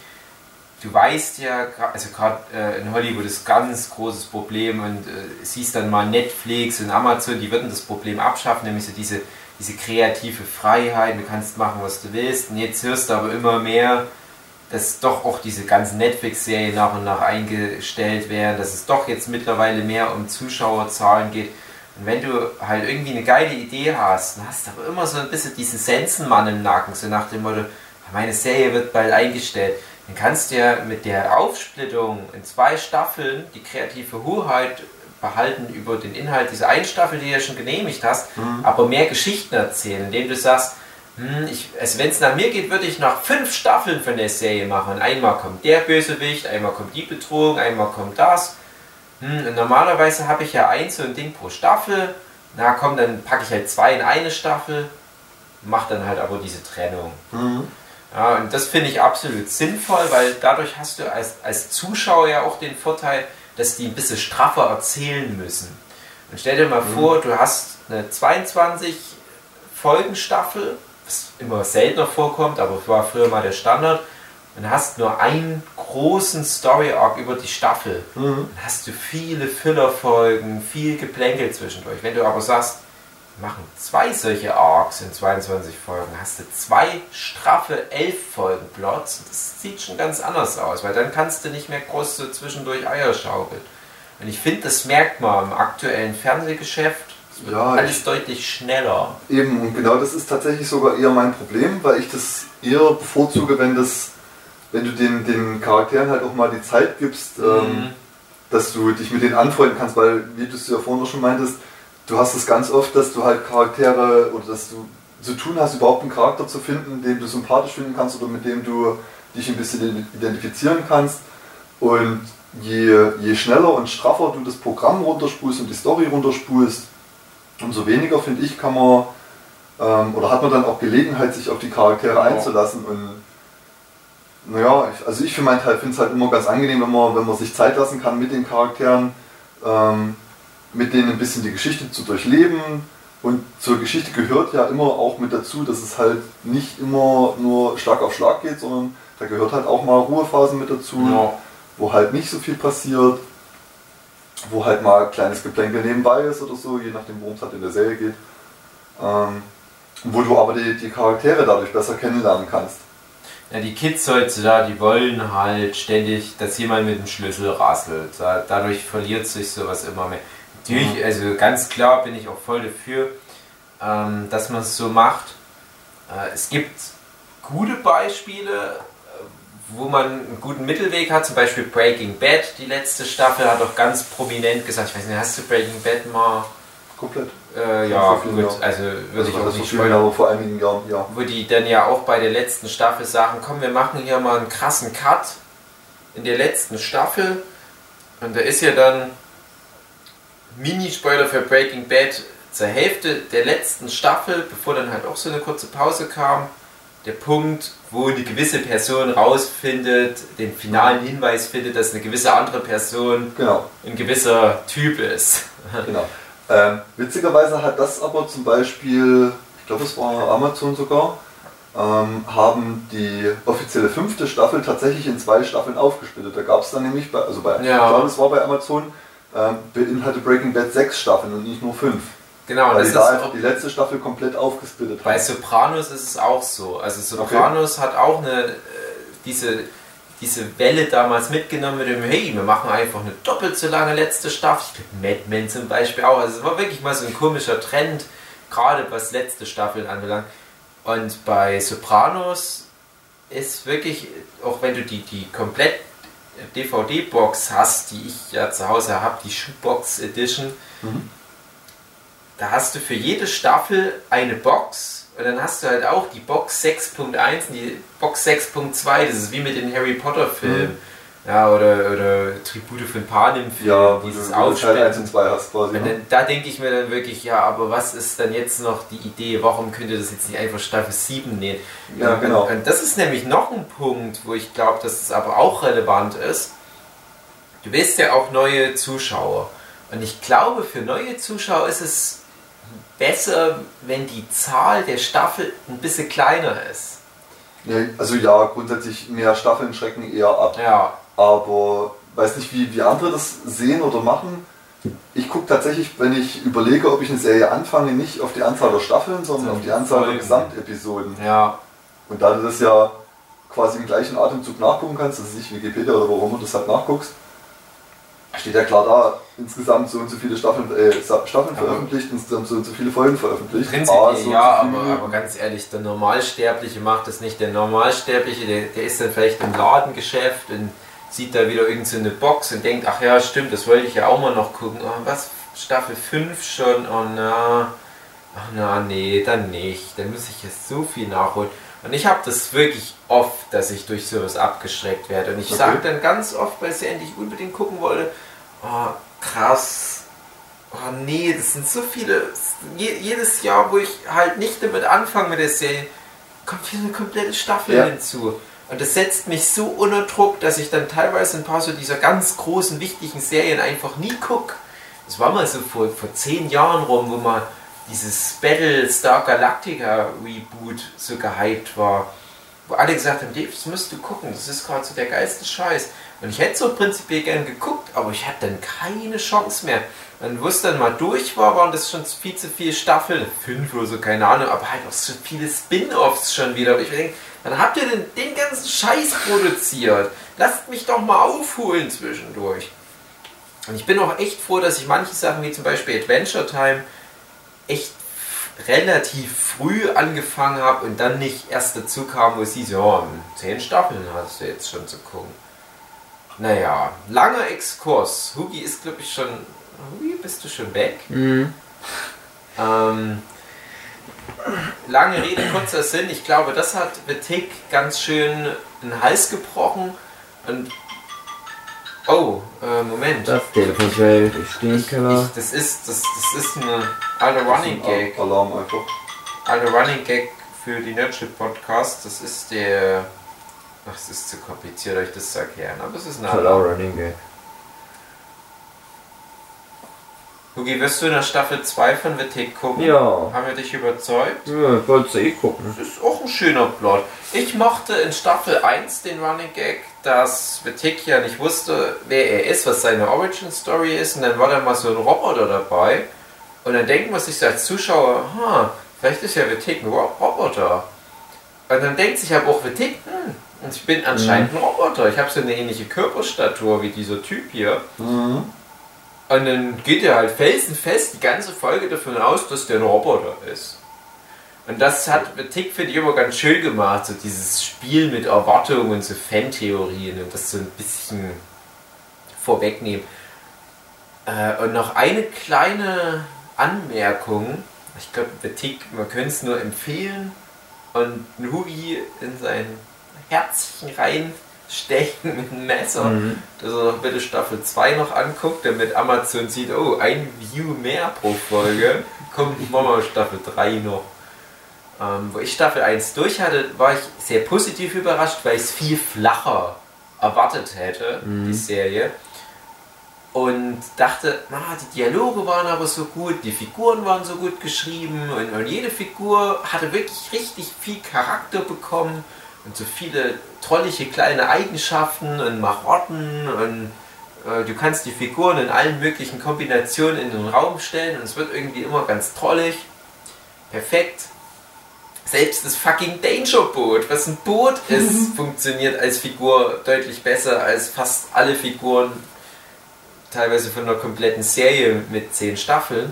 du weißt ja, also gerade in Hollywood ist ganz großes Problem und siehst dann mal Netflix und Amazon, die würden das Problem abschaffen, nämlich so diese kreative Freiheit, du kannst machen, was du willst. Und jetzt hörst du aber immer mehr, dass doch auch diese ganzen Netflix-Serien nach und nach eingestellt werden, dass es doch jetzt mittlerweile mehr um Zuschauerzahlen geht. Und wenn du halt irgendwie eine geile Idee hast, dann hast du aber immer so ein bisschen diesen Sensenmann im Nacken, so nach dem Motto, meine Serie wird bald eingestellt. Dann kannst du ja mit der Aufsplittung in 2 Staffeln die kreative Hoheit behalten über den Inhalt dieser einen Staffel, die du ja schon genehmigt hast, aber mehr Geschichten erzählen, indem du sagst, also wenn es nach mir geht, würde ich nach 5 Staffeln von der Serie machen. Einmal kommt der Bösewicht, einmal kommt die Bedrohung, einmal kommt das. Und normalerweise habe ich ja so ein Ding pro Staffel. Na komm, dann packe ich halt 2 in eine Staffel, mache dann halt aber diese Trennung. Ja, und das finde ich absolut sinnvoll, weil dadurch hast du als Zuschauer ja auch den Vorteil, dass die ein bisschen straffer erzählen müssen. Und stell dir mal vor, du hast eine 22 Folgenstaffel, was immer seltener vorkommt, aber war früher mal der Standard, und hast nur einen großen Story-Arc über die Staffel. Dann hast du viele Filler-Folgen, viel Geplänkel zwischendurch. Wenn du aber sagst, wir machen 2 solche Arcs in 22 Folgen, hast du 2 straffe 11 Folgen Plots. Das sieht schon ganz anders aus, weil dann kannst du nicht mehr groß so zwischendurch Eier schaukeln. Und ich finde, das merkt man im aktuellen Fernsehgeschäft. Ja, alles deutlich schneller. Eben, und genau das ist tatsächlich sogar eher mein Problem, weil ich das eher bevorzuge, wenn du den Charakteren halt auch mal die Zeit gibst, dass du dich mit denen anfreunden kannst, weil, wie du es ja vorhin schon meintest, du hast es ganz oft, dass du halt Charaktere oder dass du zu tun hast, überhaupt einen Charakter zu finden, den du sympathisch finden kannst oder mit dem du dich ein bisschen identifizieren kannst. Und je schneller und straffer du das Programm runterspulst und die Story runterspulst, umso weniger, finde ich, kann man oder hat man dann auch Gelegenheit, sich auf die Charaktere einzulassen. Und naja, ich für meinen Teil finde es halt immer ganz angenehm, wenn man sich Zeit lassen kann mit den Charakteren, mit denen ein bisschen die Geschichte zu durchleben. Und zur Geschichte gehört ja immer auch mit dazu, dass es halt nicht immer nur Schlag auf Schlag geht, sondern da gehört halt auch mal Ruhephasen mit dazu, wo halt nicht so viel passiert, wo halt mal ein kleines Geplänkel nebenbei ist oder so, je nachdem worum es halt in der Serie geht. Wo du aber die Charaktere dadurch besser kennenlernen kannst. Ja, die Kids heutzutage, die wollen halt ständig, dass jemand mit dem Schlüssel rasselt. Dadurch verliert sich sowas immer mehr. Natürlich, also ganz klar bin ich auch voll dafür, dass man es so macht. Es gibt gute Beispiele, wo man einen guten Mittelweg hat, zum Beispiel Breaking Bad, die letzte Staffel hat auch ganz prominent gesagt, ich weiß nicht, hast du Breaking Bad mal... Komplett. Ja, gut, also würde ich auch nicht spoilern, aber vor einigen Jahren, ja. Wo die dann ja auch bei der letzten Staffel sagen, komm, wir machen hier mal einen krassen Cut in der letzten Staffel. Und da ist ja dann Mini-Spoiler für Breaking Bad zur Hälfte der letzten Staffel, bevor dann halt auch so eine kurze Pause kam, der Punkt, wo eine gewisse Person rausfindet, den finalen Hinweis findet, dass eine gewisse andere Person ein gewisser Typ ist. Genau. Witzigerweise hat das aber zum Beispiel, ich glaube es war Amazon sogar, haben die offizielle 5. Staffel tatsächlich in 2 Staffeln aufgesplittet. Da gab es dann nämlich, ich glaube es war bei Amazon, beinhaltet Breaking Bad 6 Staffeln und nicht nur 5. Genau, weil die da einfach die letzte Staffel komplett aufgesplittet haben. Bei Sopranos ist es auch so. Also Sopranos hat auch diese Welle damals mitgenommen mit dem, hey, wir machen einfach eine doppelt so lange letzte Staffel. Ich glaube, Mad Men zum Beispiel auch. Also es war wirklich mal so ein komischer Trend, gerade was letzte Staffeln anbelangt. Und bei Sopranos ist wirklich, auch wenn du die komplett DVD-Box hast, die ich ja zu Hause habe, die Shoebox Edition, da hast du für jede Staffel eine Box und dann hast du halt auch die Box 6.1 und die Box 6.2, das ist wie mit den Harry Potter Filmen. Ja, oder Tribute von Panem Film, ja, dieses Aufspielen. 1 und 2 hast quasi. Und dann, da denke ich mir dann wirklich, ja, aber was ist dann jetzt noch die Idee, warum könnt ihr das jetzt nicht einfach Staffel 7 nehmen? Ja, genau. Und das ist nämlich noch ein Punkt, wo ich glaube, dass es aber auch relevant ist. Du willst ja auch neue Zuschauer. Und ich glaube, für neue Zuschauer ist es besser, wenn die Zahl der Staffel ein bisschen kleiner ist. Ja, also ja, grundsätzlich mehr Staffeln schrecken eher ab. Ja. Aber weiß nicht, wie andere das sehen oder machen. Ich gucke tatsächlich, wenn ich überlege, ob ich eine Serie anfange, nicht auf die Anzahl der Staffeln, sondern auf die Anzahl der Gesamtepisoden. Ja. Und da du das ja quasi im gleichen Atemzug nachgucken kannst, das ist nicht Wikipedia oder warum du das halt nachguckst, steht ja klar da, insgesamt so und so viele Staffeln veröffentlicht, insgesamt so und so viele Folgen veröffentlicht. Prinzipiell ja, aber ganz ehrlich, der Normalsterbliche macht das nicht. Der Normalsterbliche, der ist dann vielleicht im Ladengeschäft und sieht da wieder irgend so eine Box und denkt, ach ja, stimmt, das wollte ich ja auch mal noch gucken. Oh, was, Staffel 5 schon? Oh na, ach na, nee, dann nicht. Dann muss ich jetzt so viel nachholen. Und ich habe das wirklich oft, dass ich durch sowas abgeschreckt werde. Und ich sage dann ganz oft bei Serien, die ich unbedingt gucken wollte, oh krass, oh nee, das sind so viele, jedes Jahr, wo ich halt nicht damit anfange mit der Serie, kommt hier eine komplette Staffel hinzu. Und das setzt mich so unter Druck, dass ich dann teilweise ein paar so dieser ganz großen, wichtigen Serien einfach nie gucke. Das war mal so vor 10 Jahren rum, wo mal dieses Battlestar Galactica Reboot so gehypt war. Wo alle gesagt haben, Dave, das musst du gucken, das ist gerade so der geilste Scheiß. Und ich hätte so prinzipiell gern geguckt, aber ich hatte dann keine Chance mehr. Und wo es dann mal durch war, waren das schon viel zu viele Staffeln, 5 oder so, keine Ahnung, aber halt auch so viele Spin-Offs schon wieder. Aber ich denke, dann habt ihr denn den ganzen Scheiß produziert. Lasst mich doch mal aufholen zwischendurch. Und ich bin auch echt froh, dass ich manche Sachen, wie zum Beispiel Adventure Time, echt relativ früh angefangen habe und dann nicht erst dazu kam, wo es hieß, ja, 10 Staffeln hast du jetzt schon zu gucken. Naja, langer Exkurs. Hugi ist, glaube ich, schon... Hugi, bist du schon weg? Mhm. Lange Rede, kurzer Sinn. Ich glaube, das hat The Tick ganz schön den Hals gebrochen. Und... Oh, Moment. Das Telefon fällt, ich stehe im Keller. Das ist eine alter Running Gag. Alarm einfach. eine Running Gag für die Nerdship Podcast. Das ist der... Ach, es ist zu kompliziert, euch das zu erklären, aber es ist ein toller Running Gag. Hugi, wirst du in der Staffel 2 von The Tick gucken? Ja. Haben wir dich überzeugt? Ja, wolltest du gucken. Das ist auch ein schöner Plot. Ich mochte in Staffel 1 den Running Gag, dass The Tick ja nicht wusste, wer er ist, was seine Origin Story ist, und dann war da mal so ein Roboter dabei und dann denkt man sich als Zuschauer, vielleicht ist ja The Tick ein Roboter. Und dann denkt sich aber auch The Tick, und ich bin anscheinend ein Roboter. Ich habe so eine ähnliche Körperstatur wie dieser Typ hier. Und dann geht er halt felsenfest die ganze Folge davon aus, dass der ein Roboter ist. Und das hat The Tick, finde ich, immer ganz schön gemacht, so dieses Spiel mit Erwartungen und so Fantheorien und das so ein bisschen vorwegnehmen. Und noch eine kleine Anmerkung. Ich glaube, The Tick, man könnte es nur empfehlen und ein Hugi in sein Herzchen reinstechen mit einem Messer, dass er bitte Staffel 2 noch anguckt, damit Amazon sieht, oh, ein View mehr pro Folge, kommt mal Staffel 3 noch. Wo ich Staffel 1 durch hatte, war ich sehr positiv überrascht, weil ich es viel flacher erwartet hätte, die Serie. Und dachte, die Dialoge waren aber so gut, die Figuren waren so gut geschrieben und jede Figur hatte wirklich richtig viel Charakter bekommen. Und so viele trollige kleine Eigenschaften und Marotten und du kannst die Figuren in allen möglichen Kombinationen in den Raum stellen und es wird irgendwie immer ganz trollig. Perfekt. Selbst das fucking Danger Boot, was ein Boot ist, funktioniert als Figur deutlich besser als fast alle Figuren, teilweise von einer kompletten Serie mit 10 Staffeln.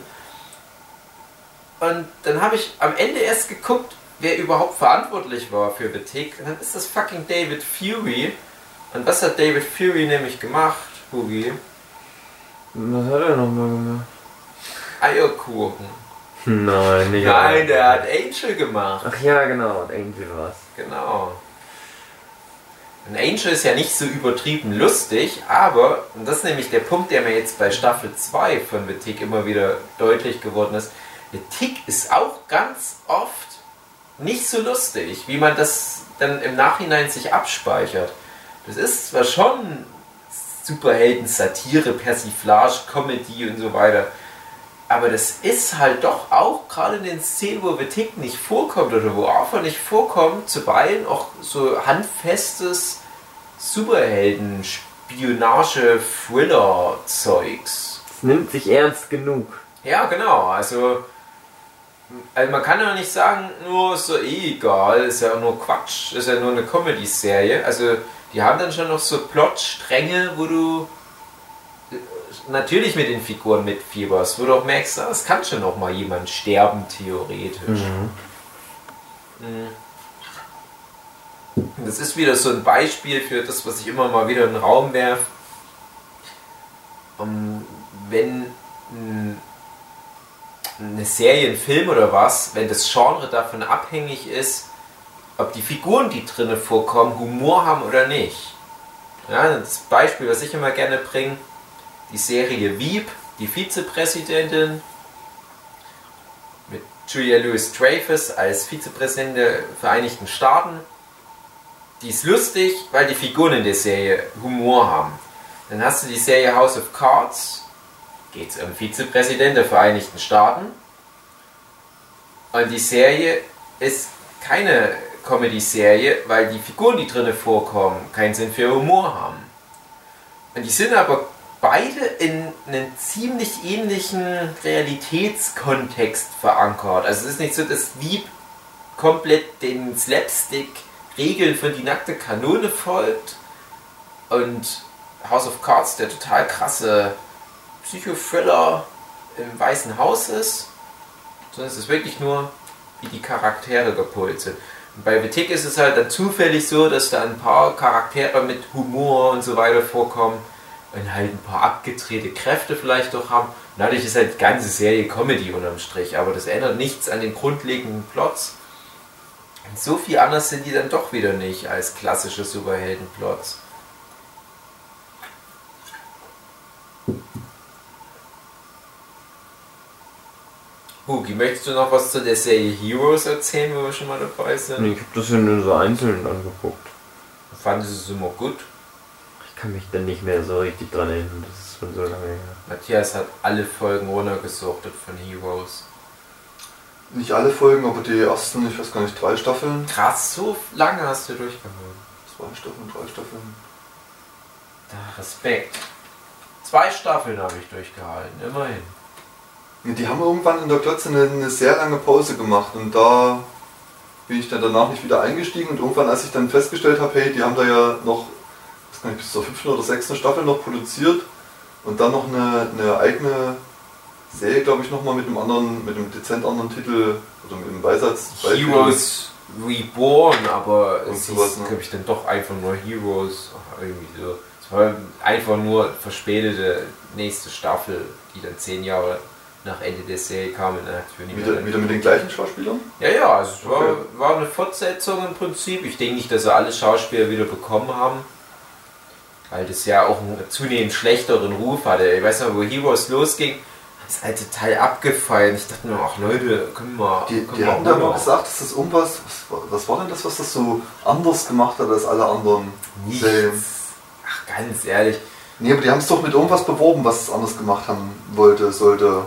Und dann habe ich am Ende erst geguckt, wer überhaupt verantwortlich war für The Tick. Und dann ist das fucking David Fury. Und was hat David Fury nämlich gemacht, Hugi? Was hat er nochmal gemacht? Eierkuchen. Nein, nicht Nein, der hat Angel gemacht. Ach ja, genau, Angel war's. Genau. Und Angel ist ja nicht so übertrieben lustig, aber, und das ist nämlich der Punkt, der mir jetzt bei Staffel 2 von The Tick immer wieder deutlich geworden ist, The Tick ist auch ganz oft nicht so lustig, wie man das dann im Nachhinein sich abspeichert. Das ist zwar schon Superhelden, Satire, Persiflage, Comedy und so weiter, aber das ist halt doch auch, gerade in den Szenen, wo The Tick nicht vorkommt oder wo Arthur nicht vorkommt, zuweilen auch so handfestes Superhelden-Spionage-Thriller-Zeugs. Es nimmt sich ernst genug. Ja, genau, also man kann ja nicht sagen, nur so egal, ist ja nur Quatsch, ist ja nur eine Comedy-Serie. Also die haben dann schon noch so Plotstränge, wo du natürlich mit den Figuren mitfieberst, wo du auch merkst, es kann schon noch mal jemand sterben, theoretisch. Das ist wieder so ein Beispiel für das, was ich immer mal wieder in den Raum werfe. Wenn eine Serie, ein Film oder was, wenn das Genre davon abhängig ist, ob die Figuren, die drinnen vorkommen, Humor haben oder nicht. Ja, das Beispiel, was ich immer gerne bringe, die Serie Veep, die Vizepräsidentin, mit Julia Louis-Dreyfus als Vizepräsidentin der Vereinigten Staaten. Die ist lustig, weil die Figuren in der Serie Humor haben. Dann hast du die Serie House of Cards, geht es um Vizepräsident der Vereinigten Staaten. Und die Serie ist keine Comedy-Serie, weil die Figuren, die drinnen vorkommen, keinen Sinn für Humor haben. Und die sind aber beide in einem ziemlich ähnlichen Realitätskontext verankert. Also es ist nicht so, dass Veep komplett den Slapstick-Regeln von die nackte Kanone folgt und House of Cards der total krasse Psychothriller im Weißen Haus ist, sondern es ist wirklich nur, wie die Charaktere gepolt sind. Und bei The Tick ist es halt dann zufällig so, dass da ein paar Charaktere mit Humor und so weiter vorkommen und halt ein paar abgedrehte Kräfte vielleicht doch haben. Und dadurch ist halt die ganze Serie Comedy unterm Strich, aber das ändert nichts an den grundlegenden Plots. Und so viel anders sind die dann doch wieder nicht als klassische Superheldenplots. Hugi, möchtest du noch was zu der Serie Heroes erzählen, wo wir schon mal dabei sind? Nee, ich habe das ja nur so einzeln angeguckt. Fandest du es immer gut? Ich kann mich dann nicht mehr so richtig dran erinnern, das ist schon so lange her. Matthias hat alle Folgen runtergesuchtet von Heroes. Nicht alle Folgen, aber die ersten, ich weiß gar nicht, 3 Staffeln. Krass, so lange hast du durchgeholt. 2 Staffeln, 3 Staffeln. Respekt. 2 Staffeln habe ich durchgehalten, immerhin. Die haben irgendwann in der Glotze eine sehr lange Pause gemacht und da bin ich dann danach nicht wieder eingestiegen und irgendwann, als ich dann festgestellt habe, hey, die haben da ja noch, weiß gar nicht, bis zur 5. oder 6. Staffel noch produziert und dann noch eine eigene Serie, glaube ich, nochmal mit einem dezent anderen Titel oder mit einem Beisatz. Heroes Reborn, aber es sowas, ist, glaube ich, dann doch einfach nur Heroes. Irgendwie so. Es war einfach nur verspätete nächste Staffel, die dann 10 Jahre nach Ende der Serie kam. Wieder mit den gleichen Schauspielern? Ja, also es war eine Fortsetzung im Prinzip. Ich denke nicht, dass sie alle Schauspieler wieder bekommen haben, weil das ja auch einen zunehmend schlechteren Ruf hatte. Ich weiß noch, wo Heroes losging, das ist halt total abgefallen. Ich dachte mir, ach Leute, können wir Die haben da mal gesagt, dass das irgendwas, was war denn das, was das so anders gemacht hat als alle anderen Serien? Ach, ganz ehrlich. Nee, aber die haben es doch mit irgendwas beworben, was es anders gemacht haben sollte.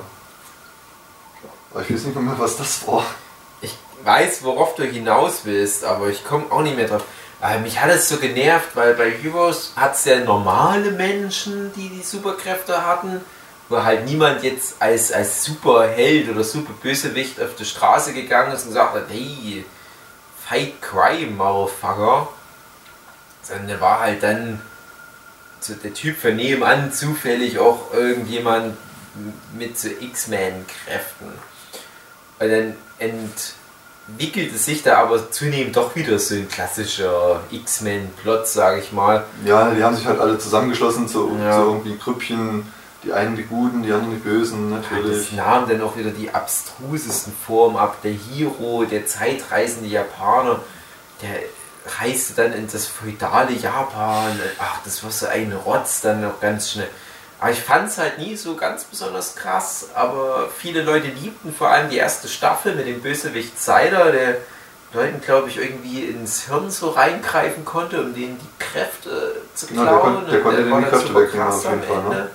Aber ich weiß nicht mehr, was das war. Ich weiß, worauf du hinaus willst, aber ich komme auch nicht mehr drauf. Mich hat es so genervt, weil bei Heroes hat es ja normale Menschen, die Superkräfte hatten, wo halt niemand jetzt als Superheld oder Superbösewicht auf die Straße gegangen ist und gesagt hat, hey, fight crime, Motherfucker. Sondern der war halt dann so der Typ von nebenan zufällig auch irgendjemand mit so X-Men-Kräften. Und dann entwickelte sich da aber zunehmend doch wieder so ein klassischer X-Men-Plot, sage ich mal. Ja, die haben sich halt alle zusammengeschlossen zu irgendwie Grüppchen, die einen die Guten, die anderen die Bösen, natürlich. Das nahm dann auch wieder die abstrusesten Formen ab. Der Hero, der zeitreisende Japaner, der reiste dann in das feudale Japan. Ach, das war so ein Rotz dann noch ganz schnell. Aber ich fand es halt nie so ganz besonders krass, aber viele Leute liebten vor allem die erste Staffel mit dem Bösewicht Cider, der Leuten, glaube ich, irgendwie ins Hirn so reingreifen konnte, um denen die Kräfte zu klauen. Der konnte denen die Kräfte wegnehmen auf jeden Fall. Ne?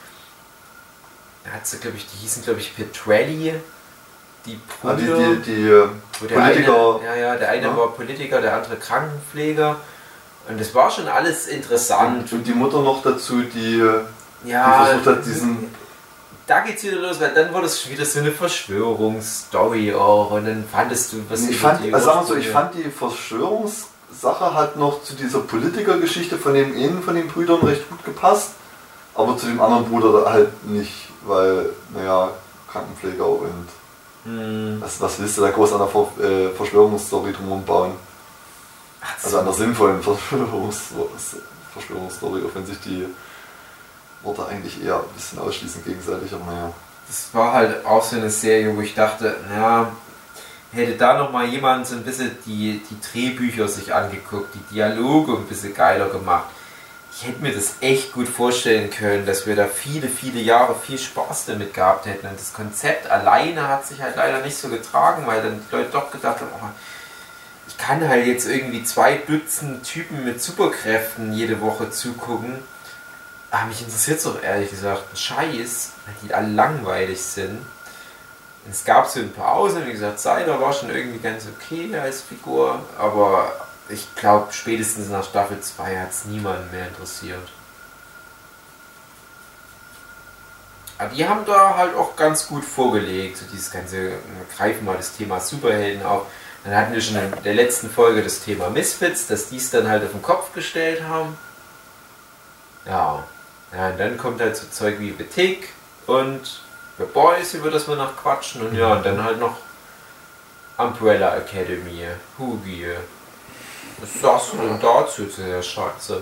Da hat sie, glaube ich, die hießen, glaube ich, Petrelli, die Brüder. Die Politiker. Der eine war Politiker, der andere Krankenpfleger. Und das war schon alles interessant. Und die Mutter noch dazu, die versucht hat, da geht's wieder los, weil dann wurde es wieder so eine Verschwörungsstory auch und dann fandest du was. Ich fand die Verschwörungssache hat noch zu dieser Politikergeschichte von dem einen von den Brüdern recht gut gepasst, aber zu dem anderen Bruder halt nicht, weil, Krankenpfleger und was willst du da groß an der Verschwörungsstory drumherum bauen? Also an der sinnvollen Verschwörungsstory, auch wenn sich die Worte eigentlich eher ein bisschen ausschließen gegenseitig, aber naja. Das war halt auch so eine Serie, wo ich dachte, hätte da nochmal jemand so ein bisschen die Drehbücher sich angeguckt, die Dialoge ein bisschen geiler gemacht. Ich hätte mir das echt gut vorstellen können, dass wir da viele, viele Jahre viel Spaß damit gehabt hätten. Und das Konzept alleine hat sich halt leider nicht so getragen, weil dann die Leute doch gedacht haben, ich kann halt jetzt irgendwie 2 Dutzend Typen mit Superkräften jede Woche zugucken. Aber mich interessiert es doch ehrlich gesagt ein Scheiß, weil die alle langweilig sind. Und es gab so ein paar Ausnahmen, wie gesagt, Cider war schon irgendwie ganz okay als Figur, aber ich glaube, spätestens nach Staffel 2 hat es niemanden mehr interessiert. Aber die haben da halt auch ganz gut vorgelegt, so dieses ganze, wir greifen mal das Thema Superhelden auf. Dann hatten wir schon in der letzten Folge das Thema Misfits, dass die es dann halt auf den Kopf gestellt haben. Ja, und dann kommt halt so Zeug wie The Tick und The Boys, über das wir noch quatschen. Und und dann halt noch Umbrella Academy, Hugi. Was sagst du denn dazu, zu der Scheiße?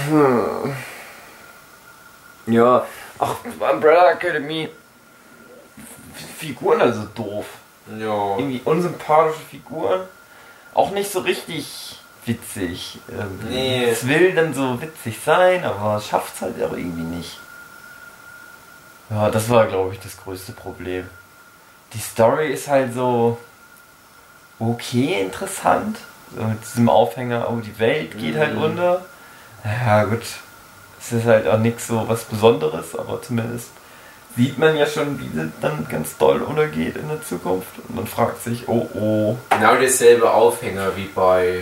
Ja, ach, Umbrella Academy. Figuren also doof. Ja. Irgendwie unsympathische Figuren. Auch nicht so richtig witzig. Nee. Es will dann so witzig sein, aber schafft es halt auch irgendwie nicht. Ja, das war, glaube ich, das größte Problem. die Story ist halt so okay interessant. So mit diesem Aufhänger, oh, die Welt geht halt unter. Ja gut, es ist halt auch nichts so was Besonderes, aber zumindest sieht man ja schon, wie sie dann ganz doll untergeht in der Zukunft. Und man fragt sich, oh. Genau derselbe Aufhänger wie bei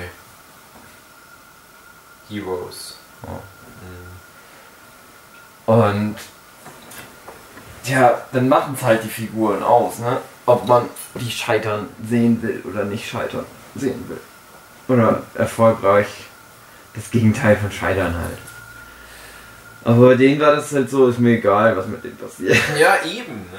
Heroes. Ja. Und ja, dann machen es halt die Figuren aus, ne? Ob man die scheitern sehen will oder nicht scheitern sehen will. Oder erfolgreich das Gegenteil von scheitern halt. Aber bei denen war das halt so, ist mir egal, was mit denen passiert. Ja, eben. Ne?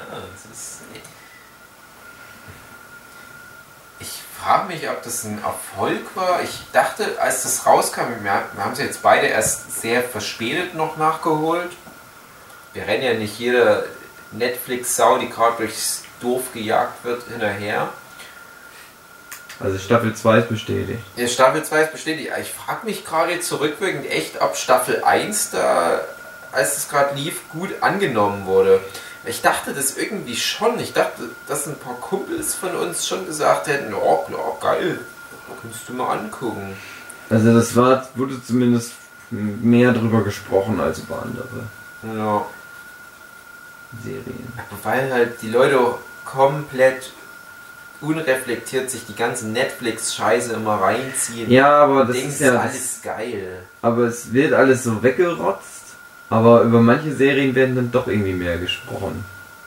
Ich frage mich, ob das ein Erfolg war. Ich dachte, als das rauskam, wir haben es jetzt beide erst sehr verspätet noch nachgeholt. Wir rennen ja nicht jeder Netflix-Sau, die gerade durchs Dorf gejagt wird, hinterher. Also Staffel 2 ist bestätigt. Ja, Staffel 2 ist bestätigt. Ich frage mich gerade jetzt zurückwirkend echt, ob Staffel 1 da, als es gerade lief, gut angenommen wurde. Ich dachte das irgendwie schon. Ich dachte, dass ein paar Kumpels von uns schon gesagt hätten, oh klar, geil, kannst du mal angucken. Also das wurde zumindest mehr drüber gesprochen als über andere Serien. Weil halt die Leute auch komplett unreflektiert sich die ganze Netflix-Scheiße immer reinziehen. Ja, aber das ist ja alles geil. Aber es wird alles so weggerotzt, aber über manche Serien werden dann doch irgendwie mehr gesprochen.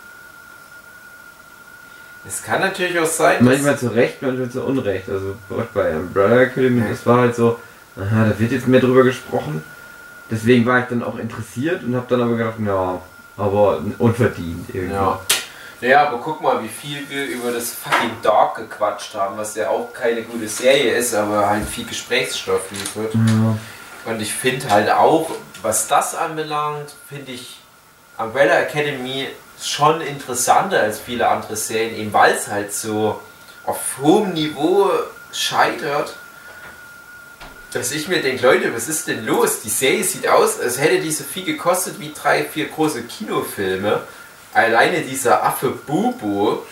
Es kann natürlich auch sein, manchmal zu Recht, manchmal zu Unrecht. Also bei Umbrella Academy, das war halt so, aha, da wird jetzt mehr drüber gesprochen. Deswegen war ich dann auch interessiert und habe dann aber gedacht, ja, aber unverdient irgendwie. Ja, aber guck mal, wie viel wir über das fucking Dark gequatscht haben, was ja auch keine gute Serie ist, aber halt viel Gesprächsstoff liefert. Ja. Und ich finde halt auch, was das anbelangt, finde ich Umbrella Academy schon interessanter als viele andere Serien, eben weil es halt so auf hohem Niveau scheitert, dass ich mir denke, Leute, was ist denn los? Die Serie sieht aus, als hätte die so viel gekostet wie 3, 4 große Kinofilme. Alleine dieser Affe Bubu,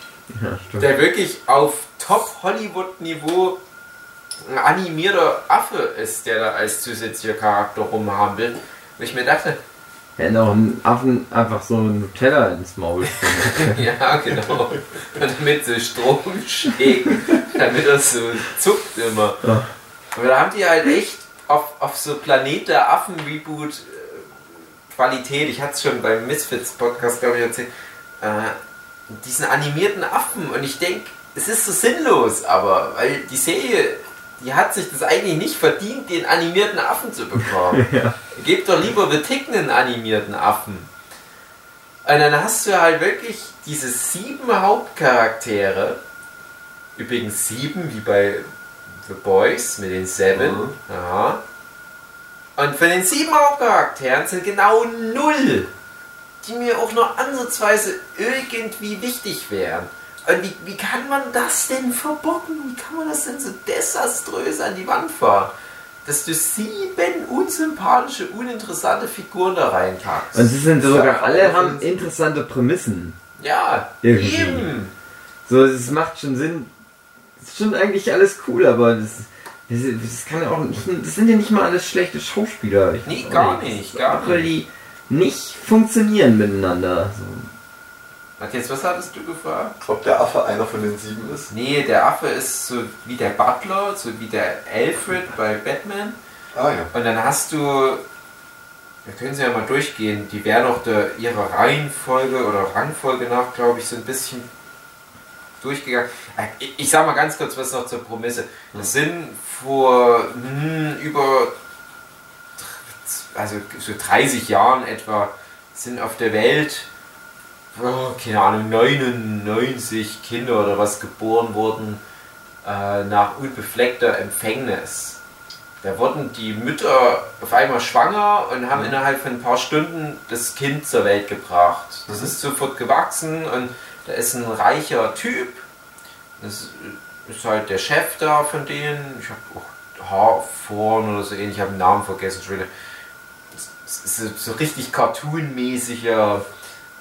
der wirklich auf Top-Hollywood-Niveau ein animierter Affe ist, der da als zusätzlicher Charakter rumhampelt. Und ich mir dachte, hätten auch einen Affen einfach so einen Nutella ins Maul. Ja, genau. Und damit so Strom schlägt, damit er so zuckt immer. Ja. Aber da haben die halt echt auf so Planet der Affen-Reboot Qualität, ich hatte es schon beim Misfits-Podcast, glaube ich, erzählt, diesen animierten Affen. Und ich denke, es ist so sinnlos, aber weil die Serie, die hat sich das eigentlich nicht verdient, den animierten Affen zu bekommen. Ja. Gebt doch lieber The Tick einen animierten Affen. Und dann hast du halt wirklich diese 7 Hauptcharaktere, übrigens 7 wie bei The Boys mit den 7, ja. Und von den 7 Hauptcharakteren sind genau 0, die mir auch nur ansatzweise irgendwie wichtig wären. Und wie kann man das denn verbocken? Wie kann man das denn so desaströs an die Wand fahren? Dass du 7 unsympathische, uninteressante Figuren da reinpackst. Und sie sind sogar alle haben interessante Prämissen. Ja, irgendwie. Eben. So, es macht schon Sinn. Es ist schon eigentlich alles cool, aber das kann ja auch nicht, das sind ja nicht mal alles schlechte Schauspieler. Nee, gar nicht. Weil die nicht funktionieren miteinander. So. Matthias, was hattest du gefragt? Ob der Affe einer von den 7 ist? Nee, der Affe ist so wie der Butler, so wie der Alfred bei Batman. Ah ja. Und dann hast du, wir können sie ja mal durchgehen, die werden auch ihrer Reihenfolge oder Rangfolge nach, glaube ich, so ein bisschen durchgegangen. Ich sag mal ganz kurz was noch zur Prämisse. Das sind vor über so 30 Jahren etwa sind auf der Welt keine Ahnung 99 Kinder oder was geboren wurden nach unbefleckter Empfängnis. Da wurden die Mütter auf einmal schwanger und haben innerhalb von ein paar Stunden das Kind zur Welt gebracht. Das ist sofort gewachsen und da ist ein reicher Typ, das ist halt der Chef da von denen, ich habe auch Hawthorne oder so ähnlich, ich habe den Namen vergessen schon wieder. Das ist so richtig cartoonmäßiger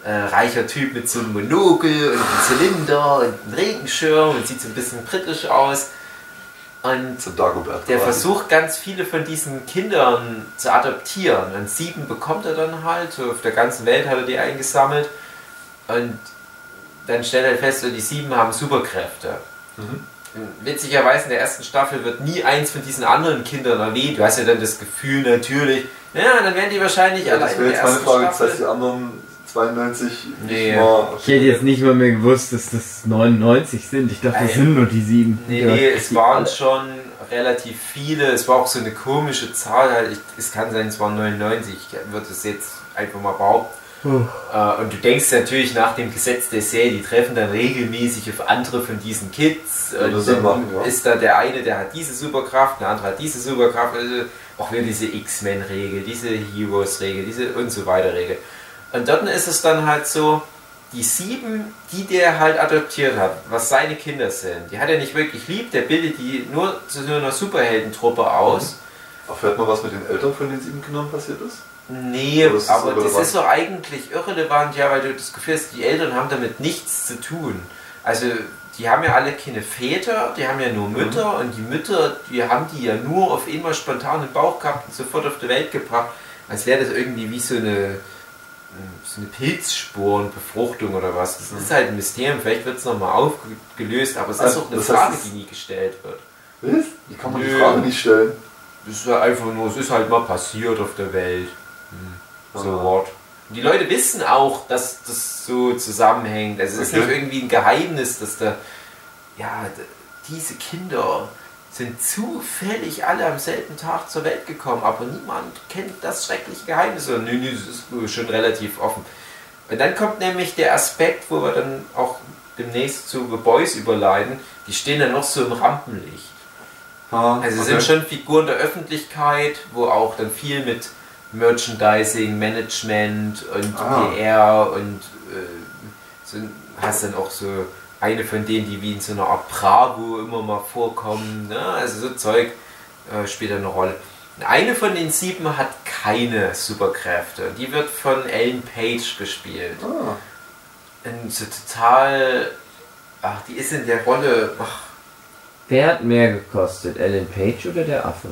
reicher Typ mit so einem Monokel und einem Zylinder und einem Regenschirm und sieht so ein bisschen britisch aus. Und der versucht ganz viele von diesen Kindern zu adoptieren. Und 7 bekommt er dann halt, so auf der ganzen Welt hat er die eingesammelt. Und dann stellt er fest, so die 7 haben Superkräfte. Witzigerweise in der ersten Staffel wird nie eins von diesen anderen Kindern erwähnt. Du hast ja dann das Gefühl natürlich, ja, dann werden die wahrscheinlich alle in der ersten Staffel. Das heißt, die anderen 92 nee. Ich hätte jetzt nicht mal mehr gewusst, dass das 99 sind. Ich dachte, das sind nur die 7. Nee, es waren schon relativ viele. Es war auch so eine komische Zahl. Halt. Es kann sein, es waren 99. Ich würde es jetzt einfach mal behaupten. Und du denkst natürlich nach dem Gesetz der Serie, die treffen dann regelmäßig auf andere von diesen Kids. Und dann ist da der eine, der hat diese Superkraft, der andere hat diese Superkraft. Also auch wieder diese X-Men-Regel, diese Heroes-Regel, diese und so weiter Regel. Und dort ist es dann halt so, die 7, die der halt adoptiert hat, was seine Kinder sind, die hat er nicht wirklich lieb, der bildet die nur zu so einer Superheldentruppe aus. Erfährt man, was mit den Eltern von den 7 Kindern passiert ist? Nee, aber das ist doch eigentlich irrelevant, ja, weil du das Gefühl hast, die Eltern haben damit nichts zu tun. Also, die haben ja alle keine Väter, die haben ja nur Mütter und die Mütter, die haben die ja nur auf einmal spontan im Bauch gehabt und sofort auf die Welt gebracht, als wäre das irgendwie wie so eine Pilzsporenbefruchtung oder was. Das ist halt ein Mysterium, vielleicht wird es nochmal aufgelöst, aber es ist auch eine Frage, die nie gestellt wird. Was? Wie kann man die Frage nicht stellen? Das ist einfach nur, es ist halt mal passiert auf der Welt. So what. Die Leute wissen auch, dass das so zusammenhängt. Also es ist nicht irgendwie ein Geheimnis, dass da, ja, diese Kinder sind zufällig alle am selben Tag zur Welt gekommen, aber niemand kennt das schreckliche Geheimnis. Nö, das ist schon relativ offen. Und dann kommt nämlich der Aspekt, wo wir dann auch demnächst zu The Boys überleiten, die stehen dann noch so im Rampenlicht. Also sind schon Figuren der Öffentlichkeit, wo auch dann viel mit Merchandising, Management und PR und so, hast dann auch so eine von denen, die wie in so einer Art Bravo immer mal vorkommen, ne? Also so Zeug spielt eine Rolle. Eine von den 7 hat keine Superkräfte, die wird von Ellen Page gespielt. Und so total, die ist in der Rolle, Wer hat mehr gekostet, Ellen Page oder der Affe?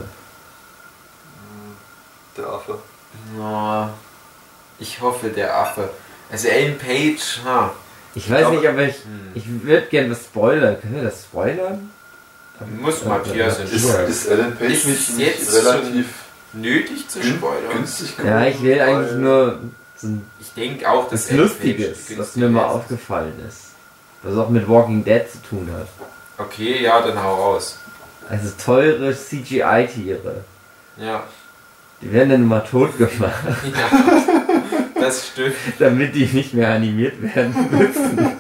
Der Affe. No, ich hoffe der Affe. Also Ellen Page, Ich weiß nicht, aber ich würde gerne was spoilern. Können wir das spoilern? Muss Matthias Ist Ellen Page nicht jetzt relativ nötig zu spoilern? Günstig geworden? Ja, ich will eigentlich nur so ein ich denke auch, dass Lustiges, was mir mal aufgefallen ist. Was auch mit Walking Dead zu tun hat. Okay, ja, dann hau raus. Also teure CGI-Tiere. Ja. Die werden dann mal tot gemacht. Ja, das stimmt. Damit die nicht mehr animiert werden müssen.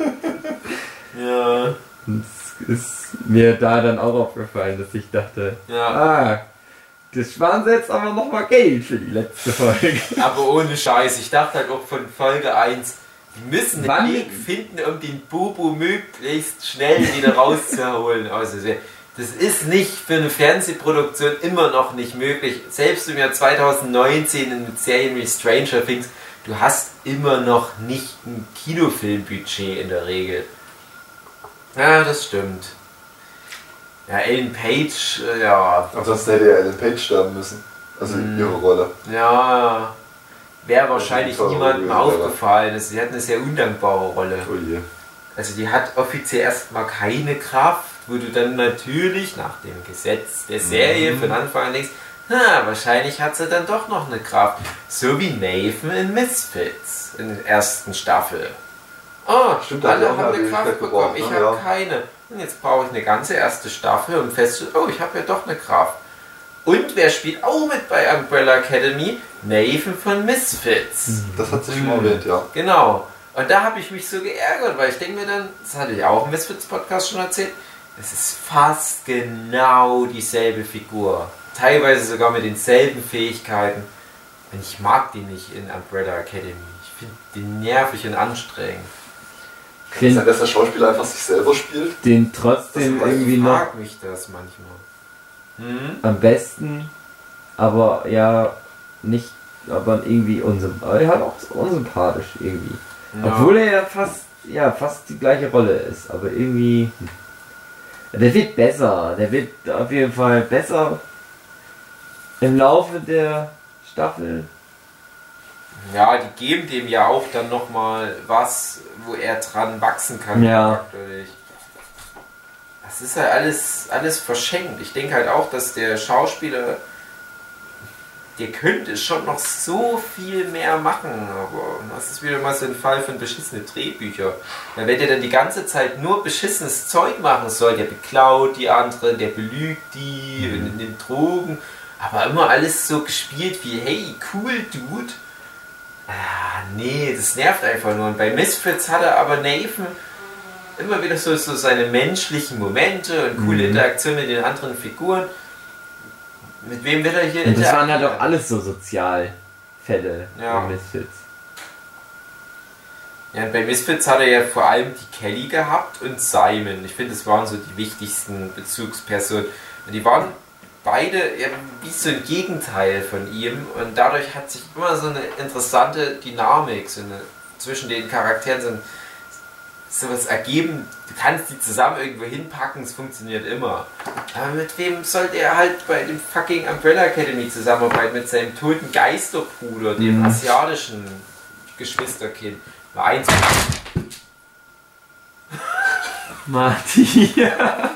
Ja. Das ist mir da dann auch aufgefallen, dass ich dachte, das sparen sie jetzt aber nochmal Geld für die letzte Folge. Aber ohne Scheiß, ich dachte halt auch von Folge 1, die müssen einen Weg finden, um den Bubu möglichst schnell wieder rauszuholen. Also das ist nicht für eine Fernsehproduktion immer noch nicht möglich. Selbst im Jahr 2019 mit Serien wie Stranger Things, du hast immer noch nicht ein Kinofilmbudget in der Regel. Ja, das stimmt. Ja, Ellen Page, ja. Ansonsten hätte ja Ellen Page sterben müssen. Also ihre Rolle. Ja, wäre wahrscheinlich niemandem aufgefallen. Sie hat eine sehr undankbare Rolle. Oh je. Also die hat offiziell erstmal keine Kraft, wo du dann natürlich nach dem Gesetz der Serie von Anfang an denkst, wahrscheinlich hat sie dann doch noch eine Kraft. So wie Nathan in Misfits in der ersten Staffel. Stimmt, alle haben eine Kraft bekommen, ich habe keine. Und jetzt brauche ich eine ganze erste Staffel, um festzustellen, ich habe ja doch eine Kraft. Und wer spielt auch mit bei Umbrella Academy? Nathan von Misfits. Das hat sich schon mal erwähnt, ja. Genau. Und da habe ich mich so geärgert, weil ich denke mir dann, das hatte ich auch im Misfits-Podcast schon erzählt, es ist fast genau dieselbe Figur. Teilweise sogar mit denselben Fähigkeiten. Und ich mag die nicht in Umbrella Academy. Ich finde den nervig und anstrengend. Kann es sein, dass der Schauspieler einfach sich selber spielt? Den trotzdem irgendwie noch... Ich mag mich das manchmal. Am besten, aber ja, nicht, aber irgendwie unsympathisch. Er hat auch unsympathisch irgendwie. Ja. Obwohl er ja fast die gleiche Rolle ist, aber irgendwie... Der wird besser, der wird auf jeden Fall besser im Laufe der Staffel. Ja, die geben dem ja auch dann nochmal was, wo er dran wachsen kann. Ja. Das ist halt alles verschenkt. Ich denke halt auch, dass der Schauspieler, der könnte schon noch so viel mehr machen, aber das ist wieder mal so ein Fall von beschissene Drehbücher. Weil wenn der dann die ganze Zeit nur beschissenes Zeug machen soll, der beklaut die anderen, der belügt die und nimmt Drogen, aber immer alles so gespielt wie, hey, cool, Dude. Ah, nee, das nervt einfach nur. Und bei Misfits hat er aber Nathan immer wieder so seine menschlichen Momente und coole Interaktion mit den anderen Figuren. Mit wem will er hier interagieren? Das waren halt auch alles so Sozialfälle bei Misfits. Ja, und bei Misfits hat er ja vor allem die Kelly gehabt und Simon. Ich finde, das waren so die wichtigsten Bezugspersonen. Und die waren beide wie so ein Gegenteil von ihm. Und dadurch hat sich immer so eine interessante Dynamik zwischen den Charakteren sowas ergeben. Du kannst die zusammen irgendwo hinpacken, es funktioniert immer. Aber mit wem sollte er halt bei dem fucking Umbrella Academy zusammenarbeiten? Mit seinem toten Geisterbruder, dem asiatischen Geschwisterkind. Mal eins. Matthias.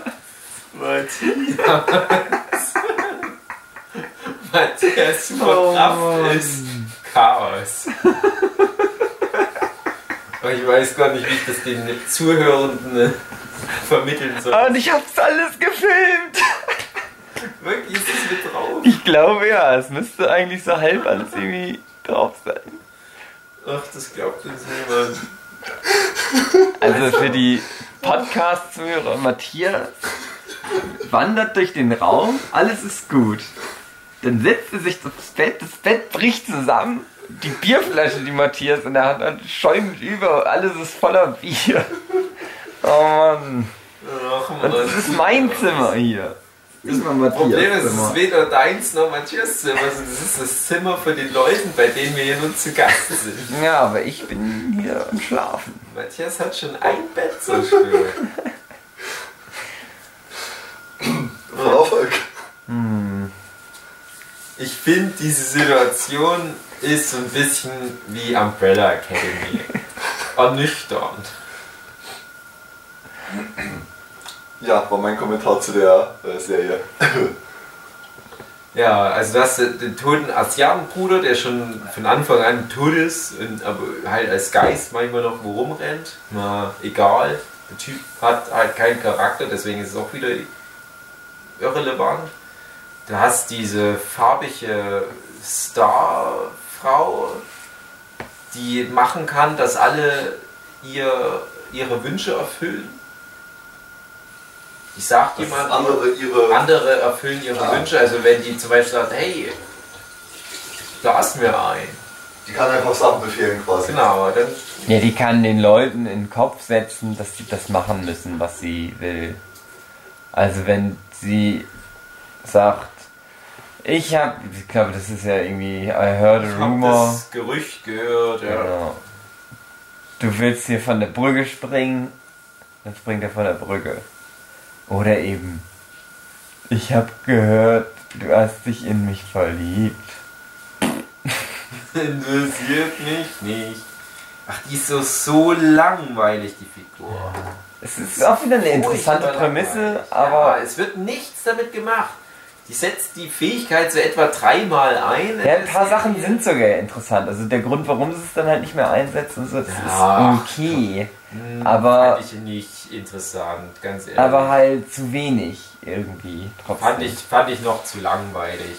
Matthias Superkraft ist Chaos. Aber ich weiß gar nicht, wie ich das den Zuhörenden vermitteln soll. Und ich hab's alles gefilmt! Wirklich, ist das mit drauf? Ich glaube ja, es müsste eigentlich so halb alles irgendwie drauf sein. Ach, das glaubt uns niemand. Also für die Podcast-Zuhörer, Matthias wandert durch den Raum, alles ist gut. Dann setzt er sich aufs Bett, das Bett bricht zusammen, die Bierflasche, die Matthias in der Hand hat, schäumt über, alles ist voller Bier. Oh Mann. Ach Mann. Und das ist mein Zimmer hier. Das Problem ist, es ist weder deins noch Matthias Zimmer, sondern es ist das Zimmer von den Leuten, bei denen wir hier nur zu Gast sind. Ja, aber ich bin hier am Schlafen. Matthias hat schon ein Bett zerstört. Erfolg. Ich finde, diese Situation ist so ein bisschen wie Umbrella Academy. Ernüchternd. Ja, war mein Kommentar zu der Serie. Ja, also du hast den toten Asiatenbruder, der schon von Anfang an tot ist, aber halt als Geist manchmal noch wo rumrennt. Na, egal. Der Typ hat halt keinen Charakter, deswegen ist es auch wieder irrelevant. Du hast diese farbige Starfrau, die machen kann, dass alle ihre Wünsche erfüllen. Ich sag jemand, andere erfüllen ihre Wünsche. Also wenn die zum Beispiel sagt, hey, blas mir ein. Die kann einfach Sachen befehlen quasi. Genau, dann. Ja, die kann den Leuten in den Kopf setzen, dass sie das machen müssen, was sie will. Also wenn sie sagt, ich glaube, das ist ja irgendwie, I heard a rumor. Ich hab das Gerücht gehört, ja. Genau. Du willst hier von der Brücke springen, dann springt er von der Brücke. Oder eben, ich habe gehört, du hast dich in mich verliebt. Interessiert mich nicht. Ach, die ist so langweilig, die Figur. Es ist auch wieder eine interessante Prämisse, aber... Ja, es wird nichts damit gemacht. Die setzt die Fähigkeit so etwa 3-mal ein. Ja, ein paar Sachen sind sogar interessant. Also der Grund, warum sie es dann halt nicht mehr einsetzt und so, das ist okay. Aber... Fand ich nicht interessant, ganz ehrlich. Aber halt zu wenig irgendwie. Trotzdem. Fand ich noch zu langweilig.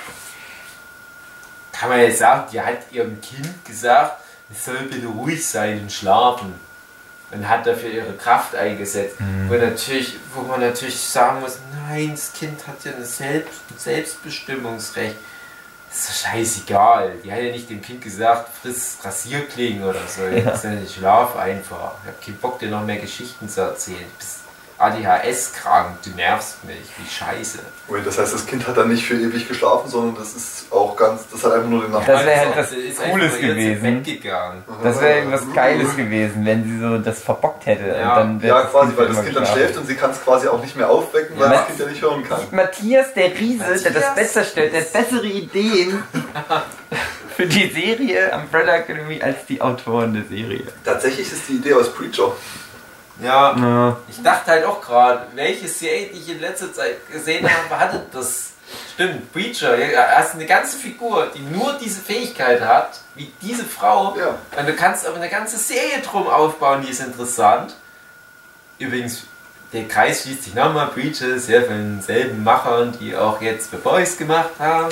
Kann man jetzt sagen, die hat ihrem Kind gesagt, es soll bitte ruhig sein und schlafen. Und hat dafür ihre Kraft eingesetzt. Wo man natürlich sagen muss, nein, das Kind hat ja ein Selbstbestimmungsrecht. Das ist doch scheißegal. Die hat ja nicht dem Kind gesagt, friss Rasierklingen oder so. Ja. Schlaf einfach. Ich hab keinen Bock, dir noch mehr Geschichten zu erzählen. Du bist ADHS-krank, du nervst mich, wie scheiße. Das heißt, das Kind hat dann nicht für ewig geschlafen, sondern das ist auch das hat einfach nur den Nacht. Das wäre halt das Cooles gewesen. Das wäre irgendwas Geiles gewesen, wenn sie so das verbockt hätte. Ja, und dann quasi, weil das Kind dann schläft und sie kann es quasi auch nicht mehr aufwecken, weil das Kind ja nicht hören kann. Matthias, der Riese, der das besser stellt, der hat bessere Ideen für die Serie Umbrella Academy als die Autoren der Serie. Tatsächlich ist die Idee aus Preacher. Ja, ich dachte halt auch gerade, welche Serie, die ich in letzter Zeit gesehen habe, hatte das. Stimmt, Preacher, er ist eine ganze Figur, die nur diese Fähigkeit hat, wie diese Frau. Ja. Und du kannst aber eine ganze Serie drum aufbauen, die ist interessant. Übrigens, der Kreis schließt sich nochmal, Preacher ist ja von denselben Machern, die auch jetzt The Boys gemacht haben.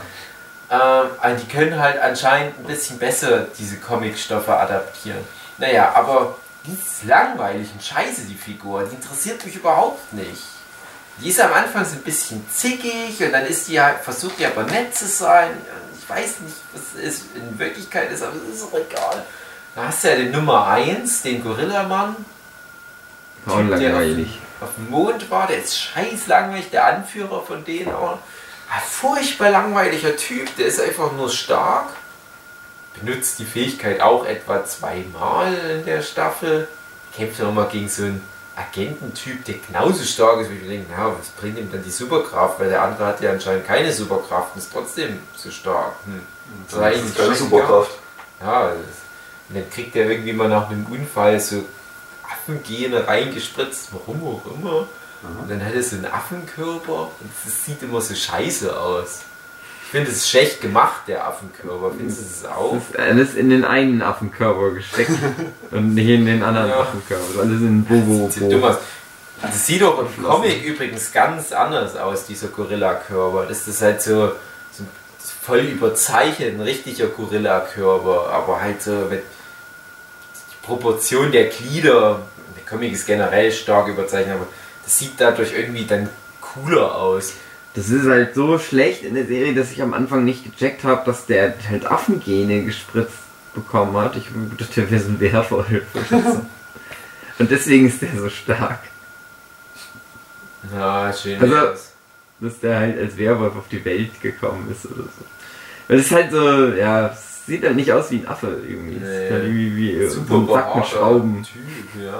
Und die können halt anscheinend ein bisschen besser diese Comicstoffe adaptieren. Naja, aber die ist langweilig und scheiße, die Figur. Die interessiert mich überhaupt nicht. Die ist am Anfang so ein bisschen zickig und dann ist die halt, versucht die aber nett zu sein. Ich weiß nicht, was es ist, in Wirklichkeit ist, aber es ist auch egal. Da hast du ja den Nummer 1, den Gorillamann. Typ, der auf dem Mond war, der ist scheiß langweilig, der Anführer von denen auch. Ein furchtbar langweiliger Typ, der ist einfach nur stark. Benutzt die Fähigkeit auch etwa 2-mal in der Staffel. Kämpft ja nochmal gegen so einen Agententyp, der genauso stark ist, wie wir denken, na, was bringt ihm dann die Superkraft? Weil der andere hat ja anscheinend keine Superkraft und ist trotzdem so stark. Das ist keine Superkraft. Ja, und dann kriegt er irgendwie mal nach einem Unfall so Affengene reingespritzt, warum auch immer. Und dann hat er so einen Affenkörper und das sieht immer so scheiße aus. Ich finde es schlecht gemacht, der Affenkörper. Findest du es auch? Das ist alles in den einen Affenkörper gesteckt und nicht in den anderen Affenkörper. Alles in Bobo. Das sieht dumm aus. Das sieht auch im Comic übrigens ganz anders aus, dieser Gorilla-Körper. Das ist halt so voll überzeichnet, ein richtiger Gorilla-Körper. Aber halt so mit die Proportion der Glieder. Der Comic ist generell stark überzeichnet, aber das sieht dadurch irgendwie dann cooler aus. Das ist halt so schlecht in der Serie, dass ich am Anfang nicht gecheckt habe, dass der halt Affengene gespritzt bekommen hat. Ich dachte, der wäre so ein Werwolf. Und deswegen ist der so stark. Ja, schön. Also, dass der halt als Werwolf auf die Welt gekommen ist oder so. Weil es ist halt so, ja, es sieht halt nicht aus wie ein Affe irgendwie. Es ist halt irgendwie wie so ein Sack mit Schrauben. Typ, ja.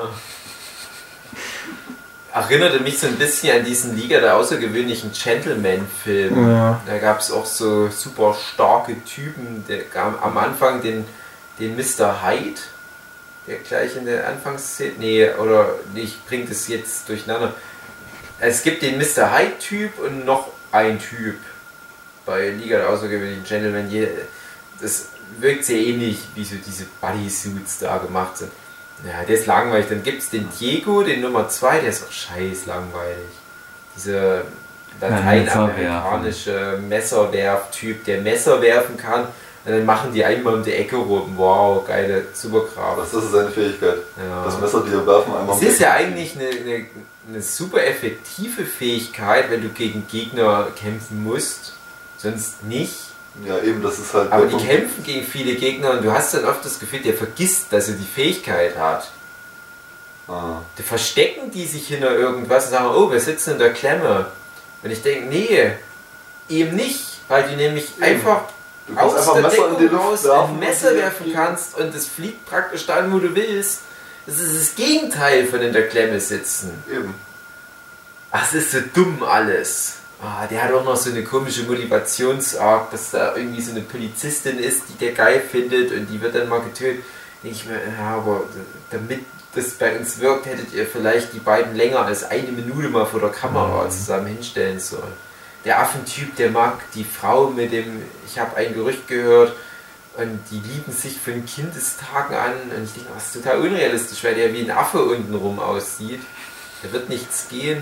Erinnerte mich so ein bisschen an diesen Liga der außergewöhnlichen Gentleman-Film. Ja. Da gab es auch so super starke Typen. Der gab am Anfang den Mr. Hyde, der gleich in der Anfangsszene. Ich bringe das jetzt durcheinander. Es gibt den Mr. Hyde-Typ und noch ein Typ bei Liga der außergewöhnlichen Gentleman. Das wirkt sehr ähnlich, wie so diese Bodysuits da gemacht sind. Ja, der ist langweilig. Dann gibt es den Diego, den Nummer 2, der ist auch scheiß langweilig. Dieser lateinamerikanische Messerwerf-Typ, der Messer werfen kann. Und dann machen die einmal um die Ecke rum. Wow, geile Superkraft. Das ist seine Fähigkeit. Ja. Das Messer, die werfen einmal um die Ecke. Das ist ja eigentlich eine super effektive Fähigkeit, wenn du gegen Gegner kämpfen musst. Sonst nicht. Ja, eben, das ist halt. Aber die kämpfen gegen viele Gegner und du hast dann oft das Gefühl, der vergisst, dass er die Fähigkeit hat. Da verstecken die sich hinter irgendwas und sagen, oh, wir sitzen in der Klemme. Und ich denke, nee, eben nicht, weil du nämlich einfach aus der Deckung raus ein Messer werfen kannst und es fliegt praktisch dahin, wo du willst. Das ist das Gegenteil von in der Klemme sitzen. Eben. Ach, es ist so dumm alles. Der hat auch noch so eine komische Motivationsart, dass da irgendwie so eine Polizistin ist, die der geil findet und die wird dann mal getötet. Denke ich mir, ja, aber damit das bei uns wirkt, hättet ihr vielleicht die beiden länger als 1 Minute mal vor der Kamera zusammen hinstellen sollen. Der Affentyp, der mag die Frau mit dem, ich habe ein Gerücht gehört, und die lieben sich von Kindestagen an und ich denke, das ist total unrealistisch, weil der wie ein Affe untenrum aussieht. Da wird nichts gehen.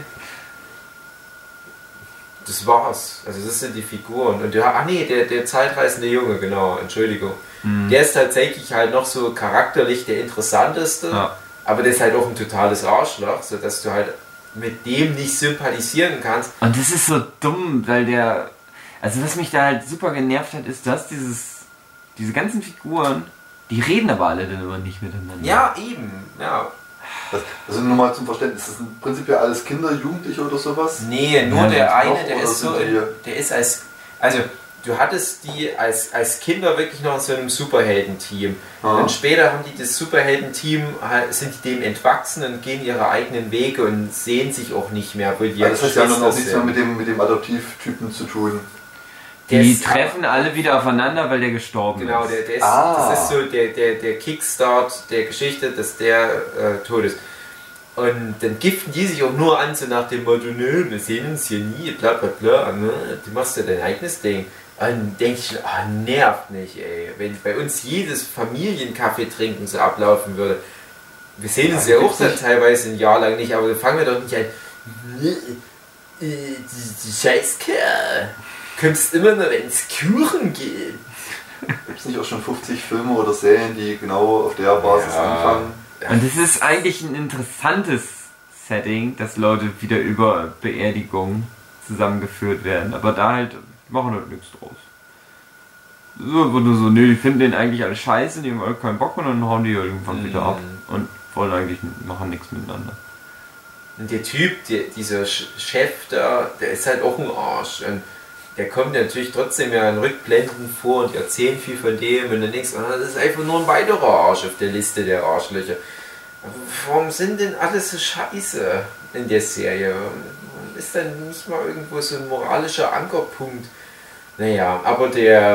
Das war's. Also das sind die Figuren. Und der zeitreisende Junge, genau, Entschuldigung. Der ist tatsächlich halt noch so charakterlich der interessanteste, aber der ist halt auch ein totales Arschloch, sodass du halt mit dem nicht sympathisieren kannst. Und das ist so dumm, weil also was mich da halt super genervt hat, ist, dass diese ganzen Figuren, die reden aber alle dann immer nicht miteinander. Ja, eben, ja. Also nur mal zum Verständnis, das sind prinzipiell alles Kinder, Jugendliche oder sowas? Nee, nur der eine, der ist so, der ist also du hattest die als Kinder wirklich noch in so einem Superhelden-Team. Und später haben die das Superhelden-Team, sind die dem entwachsen und gehen ihre eigenen Wege und sehen sich auch nicht mehr. Weil die das heißt, ja noch nichts mehr mit dem Adoptivtypen zu tun. Die treffen alle wieder aufeinander, weil der gestorben ist. Genau, das ist so der Kickstart der Geschichte, dass der tot ist. Und dann giften die sich auch nur an, so nach dem Motto, nö, wir sehen uns hier nie, bla bla bla, du machst ja dein eigenes Ding. Und dann denke ich, nervt nicht, ey. Wenn bei uns jedes Familienkaffee trinken so ablaufen würde, wir sehen uns ja auch dann teilweise ein Jahr lang nicht, aber dann fangen wir doch nicht an, die Scheißkerl, kommst immer nur, wenn es Kuchen gibt. Gibt es nicht auch schon 50 Filme oder Serien, die genau auf der Basis anfangen? Und es ist eigentlich ein interessantes Setting, dass Leute wieder über Beerdigungen zusammengeführt werden, aber da halt machen halt nichts draus. So, wo du so, nee, die finden den eigentlich alle scheiße, die haben alle keinen Bock und dann hauen die irgendwann wieder ab und wollen eigentlich machen nichts miteinander. Und der Typ, dieser Chef da, der ist halt auch ein Arsch. Und der kommt natürlich trotzdem ja in Rückblenden vor und erzählt viel von dem und dann denkst du, das ist einfach nur ein weiterer Arsch auf der Liste der Arschlöcher. Aber warum sind denn alle so scheiße in der Serie? Ist dann nicht mal irgendwo so ein moralischer Ankerpunkt? Naja, aber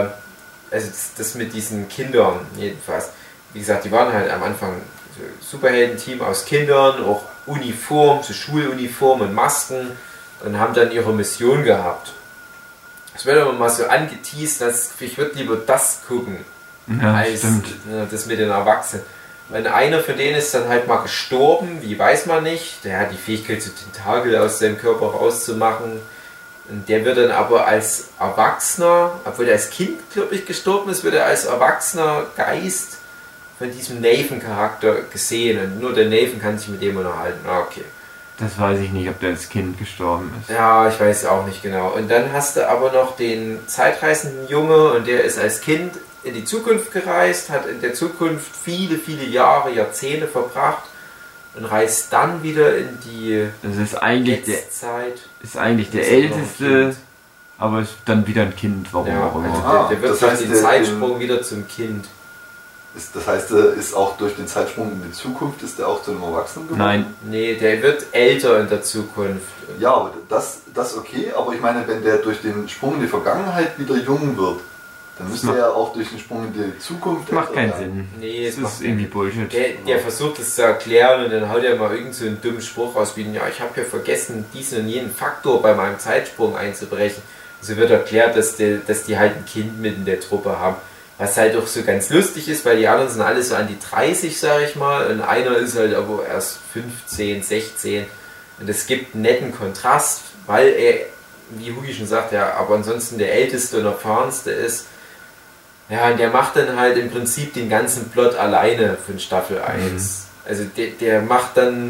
das mit diesen Kindern jedenfalls, wie gesagt, die waren halt am Anfang so Superhelden-Team aus Kindern, auch Uniform, so Schuluniform und Masken und haben dann ihre Mission gehabt. Es wird aber mal so angeteased, dass ich würde lieber das gucken, als das mit den Erwachsenen. Weil einer von denen ist dann halt mal gestorben, wie weiß man nicht. Der hat die Fähigkeit, so Tentakel aus seinem Körper rauszumachen. Und der wird dann aber als Erwachsener, obwohl er als Kind, glaube ich, gestorben ist, wird er als erwachsener Geist von diesem Nathan-Charakter gesehen. Und nur der Nathan kann sich mit dem unterhalten. Okay. Das weiß ich nicht, ob der als Kind gestorben ist. Ja, ich weiß auch nicht genau. Und dann hast du aber noch den zeitreisenden Junge und der ist als Kind in die Zukunft gereist, hat in der Zukunft viele, viele Jahre, Jahrzehnte verbracht und reist dann wieder in die Jetztzeit. Ist eigentlich der Älteste, aber ist dann wieder ein Kind. Warum auch immer. Also der wird durch den Zeitsprung wieder zum Kind. Das heißt, ist auch durch den Zeitsprung in die Zukunft, ist er auch zu einem Erwachsenen geworden? Nein. Nee, der wird älter in der Zukunft. Ja, aber das okay, aber ich meine, wenn der durch den Sprung in die Vergangenheit wieder jung wird, dann müsste er auch durch den Sprung in die Zukunft... Das macht keinen Sinn. Nee, das ist irgendwie Bullshit. Der versucht es zu erklären und dann haut er mal irgend so einen dummen Spruch raus, wie, ja, ich habe ja vergessen, diesen und jenen Faktor bei meinem Zeitsprung einzubrechen. So wird erklärt, dass die halt ein Kind mit in der Truppe haben. Was halt auch so ganz lustig ist, weil die anderen sind alle so an die 30, sag ich mal, und einer ist halt aber erst 15, 16. Und es gibt einen netten Kontrast, weil er, wie Hugi schon sagt, ja, aber ansonsten der Älteste und Erfahrenste ist. Ja, und der macht dann halt im Prinzip den ganzen Plot alleine von Staffel 1. Also der macht dann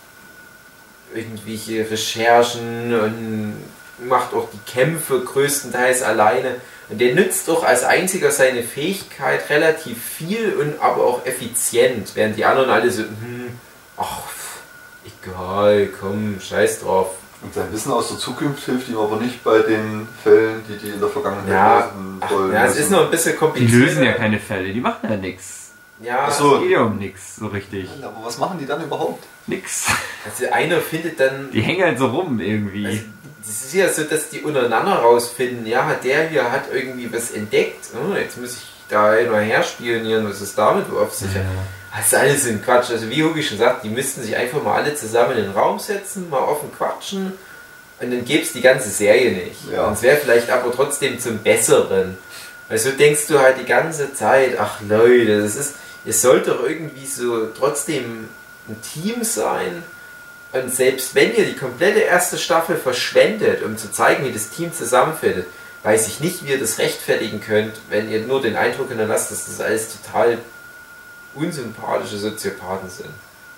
irgendwelche Recherchen und macht auch die Kämpfe größtenteils alleine. Und der nützt auch als einziger seine Fähigkeit relativ viel und aber auch effizient, während die anderen alle so, ach, egal, komm, scheiß drauf. Und sein Wissen aus der Zukunft hilft ihm aber nicht bei den Fällen, die in der Vergangenheit lösen wollen. Ja, es ist noch ein bisschen kompliziert. Die lösen ja keine Fälle, die machen ja nichts. Ja, es geht ja um nichts, so richtig. Aber was machen die dann überhaupt? Nix. Also einer findet dann... Die hängen halt so rum irgendwie. Also, das ist ja so, dass die untereinander rausfinden, ja, der hier hat irgendwie was entdeckt, jetzt muss ich da mal her spionieren, was ist damit auf sich? Ja. Das ist alles ein Quatsch. Also wie Hugi schon sagt, die müssten sich einfach mal alle zusammen in den Raum setzen, mal offen quatschen und dann gäbe es die ganze Serie nicht. Ja. Und es wäre vielleicht aber trotzdem zum Besseren. Weil so denkst du halt die ganze Zeit, ach Leute, es sollte doch irgendwie so trotzdem ein Team sein. Und selbst wenn ihr die komplette erste Staffel verschwendet, um zu zeigen, wie das Team zusammenfindet, weiß ich nicht, wie ihr das rechtfertigen könnt, wenn ihr nur den Eindruck hinterlasst, dass das alles total unsympathische Soziopathen sind.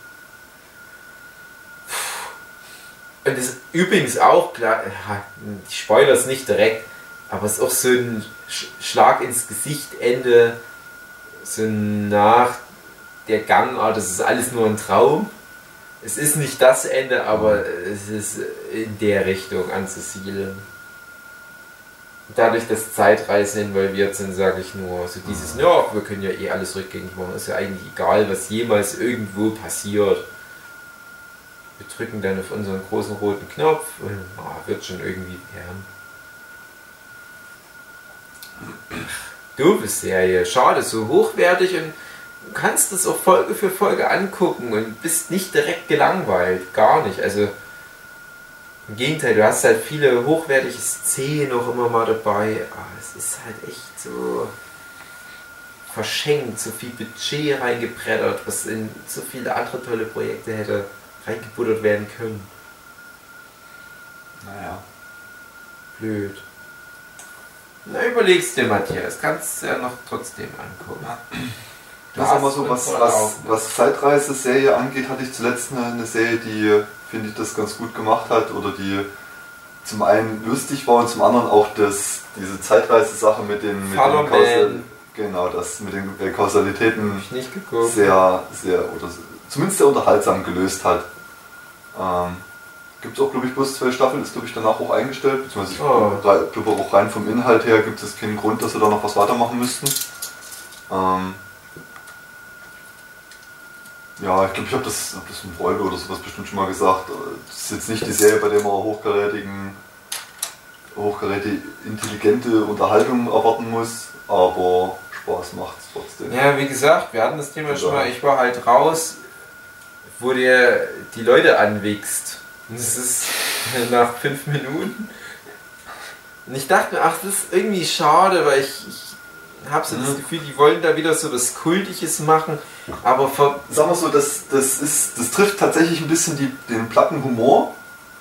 Und das ist übrigens auch klar, ich spoilere es nicht direkt, aber es ist auch so ein Schlag ins Gesicht Ende, so nach der Gangart, das ist alles nur ein Traum. es ist nicht das Ende, aber es ist in der Richtung anzusiedeln. Dadurch, dass Zeitreisen involviert sind, sage ich nur, so dieses, ja, wir können ja eh alles rückgängig machen, ist ja eigentlich egal, was jemals irgendwo passiert. Wir drücken dann auf unseren großen roten Knopf und wird schon irgendwie werden. Doofe Serie, schade, so hochwertig und du kannst das auch Folge für Folge angucken und bist nicht direkt gelangweilt, gar nicht. Also im Gegenteil, du hast halt viele hochwertige Szenen auch immer mal dabei. Aber es ist halt echt so verschenkt, so viel Budget reingebrettert, was in so viele andere tolle Projekte hätte reingebuttert werden können. Naja. Blöd. Na, überlegst dir, Matthias, kannst du ja noch trotzdem angucken. Das ist aber so, was Zeitreise-Serie angeht, hatte ich zuletzt eine Serie, die, finde ich, das ganz gut gemacht hat oder die zum einen lustig war und zum anderen auch diese Zeitreise-Sache mit den Kausalitäten sehr, oder zumindest sehr unterhaltsam gelöst hat. Gibt es auch, glaube ich, bloß 2 Staffeln, ist, glaube ich, danach auch eingestellt, beziehungsweise ich glaube auch rein vom Inhalt her gibt es keinen Grund, dass sie da noch was weitermachen müssten. Ja, ich glaube, ich habe das in Folge oder sowas bestimmt schon mal gesagt. Das ist jetzt nicht die Serie, bei der man hochkarätige, intelligente Unterhaltung erwarten muss, aber Spaß macht es trotzdem. Ja, wie gesagt, wir hatten das Thema schon mal, ich war halt raus, wo dir die Leute anwichst. Und das ist nach 5 Minuten. Und ich dachte mir, ach, das ist irgendwie schade, weil ich habe so das Gefühl, die wollen da wieder so was Kultisches machen, aber sagen wir so, das trifft tatsächlich ein bisschen den platten Humor,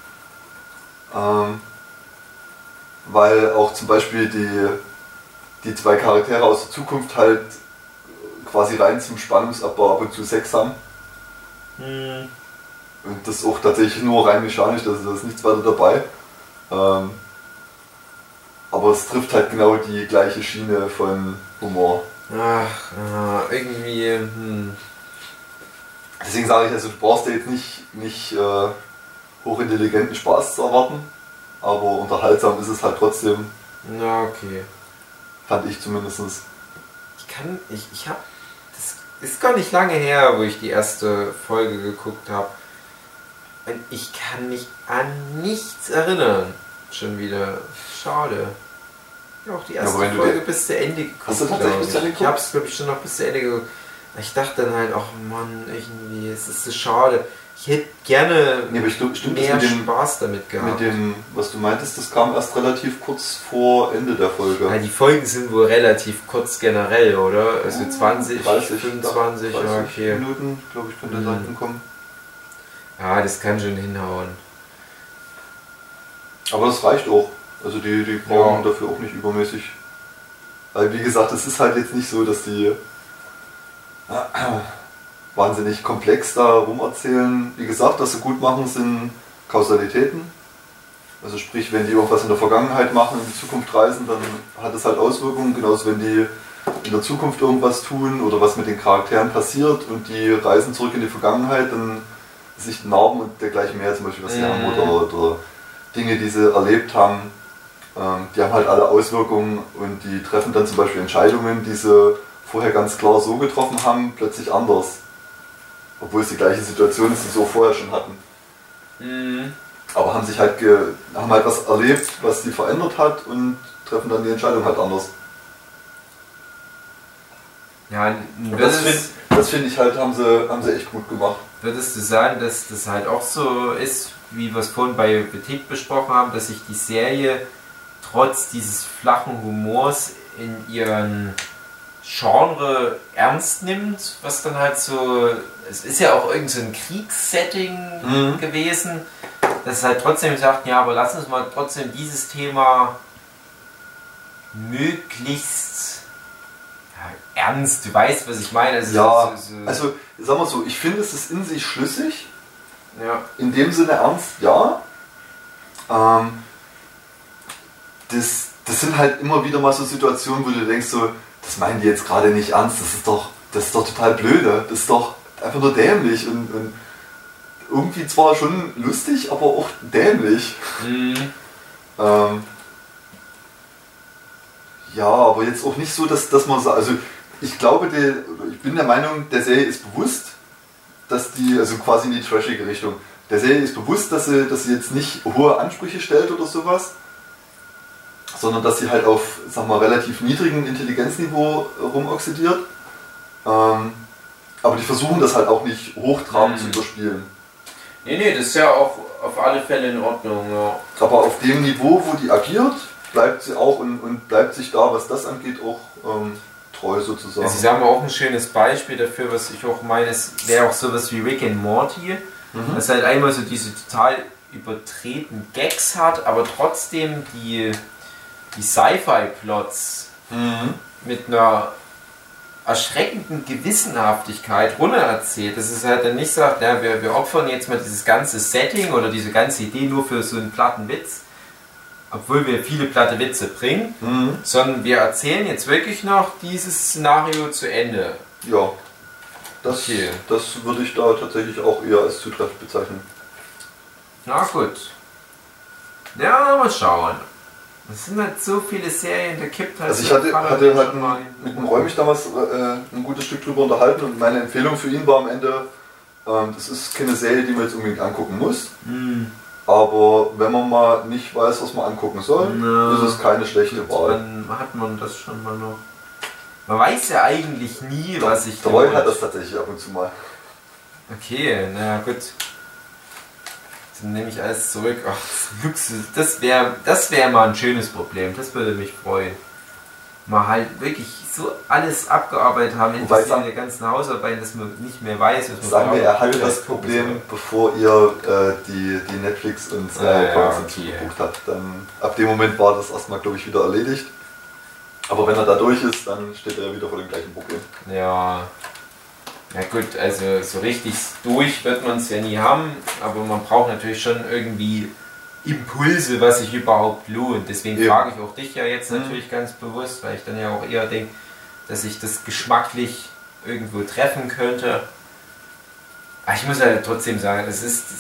weil auch zum Beispiel die 2 Charaktere aus der Zukunft halt quasi rein zum Spannungsabbau ab und zu Sex haben. Und das auch tatsächlich nur rein mechanisch, da ist nichts weiter dabei. Aber es trifft halt genau die gleiche Schiene von Humor. Ach, irgendwie. Deswegen sage ich, also du brauchst ja jetzt nicht hochintelligenten Spaß zu erwarten, aber unterhaltsam ist es halt trotzdem. Na, okay. Fand ich zumindest. Ich habe, das ist gar nicht lange her, wo ich die erste Folge geguckt habe. Und ich kann mich an nichts erinnern. Schon wieder. Schade. Ich habe auch die erste Folge bis zu Ende geguckt. Hast du tatsächlich bis zu Ende geguckt? Ich habe es, glaube ich, schon noch bis zu Ende geguckt. Ich dachte dann halt, ach Mann, irgendwie, es ist so schade. Ich hätte gerne mehr Spaß damit gehabt. Mit dem, was du meintest, das kam erst relativ kurz vor Ende der Folge. Ja, die Folgen sind wohl relativ kurz generell, oder? Also 20, 30, 25, 30 ja, okay. Minuten, glaube ich, könnte sein kommen. Ja, das kann schon hinhauen. Aber das reicht auch. Also die brauchen dafür auch nicht übermäßig. Weil wie gesagt, es ist halt jetzt nicht so, dass die wahnsinnig komplex da rumerzählen. Wie gesagt, was sie gut machen, sind Kausalitäten. Also sprich, wenn die irgendwas in der Vergangenheit machen, in die Zukunft reisen, dann hat es halt Auswirkungen. Genauso wenn die in der Zukunft irgendwas tun oder was mit den Charakteren passiert und die reisen zurück in die Vergangenheit, dann sich Narben und dergleichen mehr, zum Beispiel was sie haben oder Dinge, die sie erlebt haben, die haben halt alle Auswirkungen und die treffen dann zum Beispiel Entscheidungen, die sie vorher ganz klar so getroffen haben, plötzlich anders. Obwohl es die gleiche Situation ist, die sie so vorher schon hatten. Aber haben halt was erlebt, was die verändert hat und treffen dann die Entscheidung halt anders. Ja, das finde ich halt, haben sie echt gut gemacht. Würdest du sagen, dass das halt auch so ist, wie wir es vorhin bei Betrieb besprochen haben, dass sich die Serie trotz dieses flachen Humors in ihren Genre ernst nimmt, was dann halt so, es ist ja auch irgend so ein Kriegssetting gewesen, dass es halt trotzdem sagt, ja, aber lass uns mal trotzdem dieses Thema möglichst ernst, du weißt, was ich meine. Also also sagen wir so, ich finde, es ist in sich schlüssig. Ja. In dem Sinne ernst, ja. Das sind halt immer wieder mal so Situationen, wo du denkst so, das meinen die jetzt gerade nicht ernst, das ist doch total blöde, das ist doch einfach nur dämlich und irgendwie zwar schon lustig, aber auch dämlich. Ja, aber jetzt auch nicht so, dass man so, also ich glaube, ich bin der Meinung, der Serie ist bewusst, dass die, also quasi in die trashige Richtung, der Serie ist bewusst, dass sie jetzt nicht hohe Ansprüche stellt oder sowas, sondern dass sie halt auf, sag mal, relativ niedrigem Intelligenzniveau rumoxidiert. Aber die versuchen das halt auch nicht hochtrabend zu überspielen. Nee, das ist ja auch auf alle Fälle in Ordnung, ja. Aber auf dem Niveau, wo die agiert, bleibt sie auch und bleibt sich da, was das angeht, auch treu sozusagen. Also Sie haben auch ein schönes Beispiel dafür, was ich auch meine, es wäre auch sowas wie Rick and Morty, das halt einmal so diese total übertreten Gags hat, aber trotzdem die Sci-Fi-Plots mit einer erschreckenden Gewissenhaftigkeit runter erzählt, dass es halt dann nicht sagt, ja, wir opfern jetzt mal dieses ganze Setting oder diese ganze Idee nur für so einen platten Witz, obwohl wir viele platte Witze bringen, sondern wir erzählen jetzt wirklich noch dieses Szenario zu Ende. Ja, das würde ich da tatsächlich auch eher als zutreffend bezeichnen. Na gut. Ja, mal schauen. Es sind halt so viele Serien, da kippt halt... Also ich hatte halt mit dem Roy mich damals ein gutes Stück drüber unterhalten und meine Empfehlung für ihn war am Ende, das ist keine Serie, die man jetzt unbedingt angucken muss, aber wenn man mal nicht weiß, was man angucken soll, ist es keine schlechte Wahl. Dann hat man das schon mal noch... Man weiß ja eigentlich nie, was ich... Der Roy hat das tatsächlich ab und zu mal. Okay, na gut. Dann nehme ich alles zurück. Ach, das wär mal ein schönes Problem. Das würde mich freuen. Mal halt wirklich so alles abgearbeitet haben in der ganzen Hausarbeit, dass man nicht mehr weiß, was man sagen wir, er hatte das Problem, bevor ihr die Netflix und Serien zugebucht habt. Dann ab dem Moment war das erstmal, glaube ich, wieder erledigt. Aber wenn er da durch ist, dann steht er wieder vor dem gleichen Problem. Ja. Ja gut, also so richtig durch wird man es ja nie haben, aber man braucht natürlich schon irgendwie Impulse, was sich überhaupt lohnt. Deswegen frage ich auch dich ja jetzt natürlich ganz bewusst, weil ich dann ja auch eher denke, dass ich das geschmacklich irgendwo treffen könnte. Aber ich muss halt trotzdem sagen,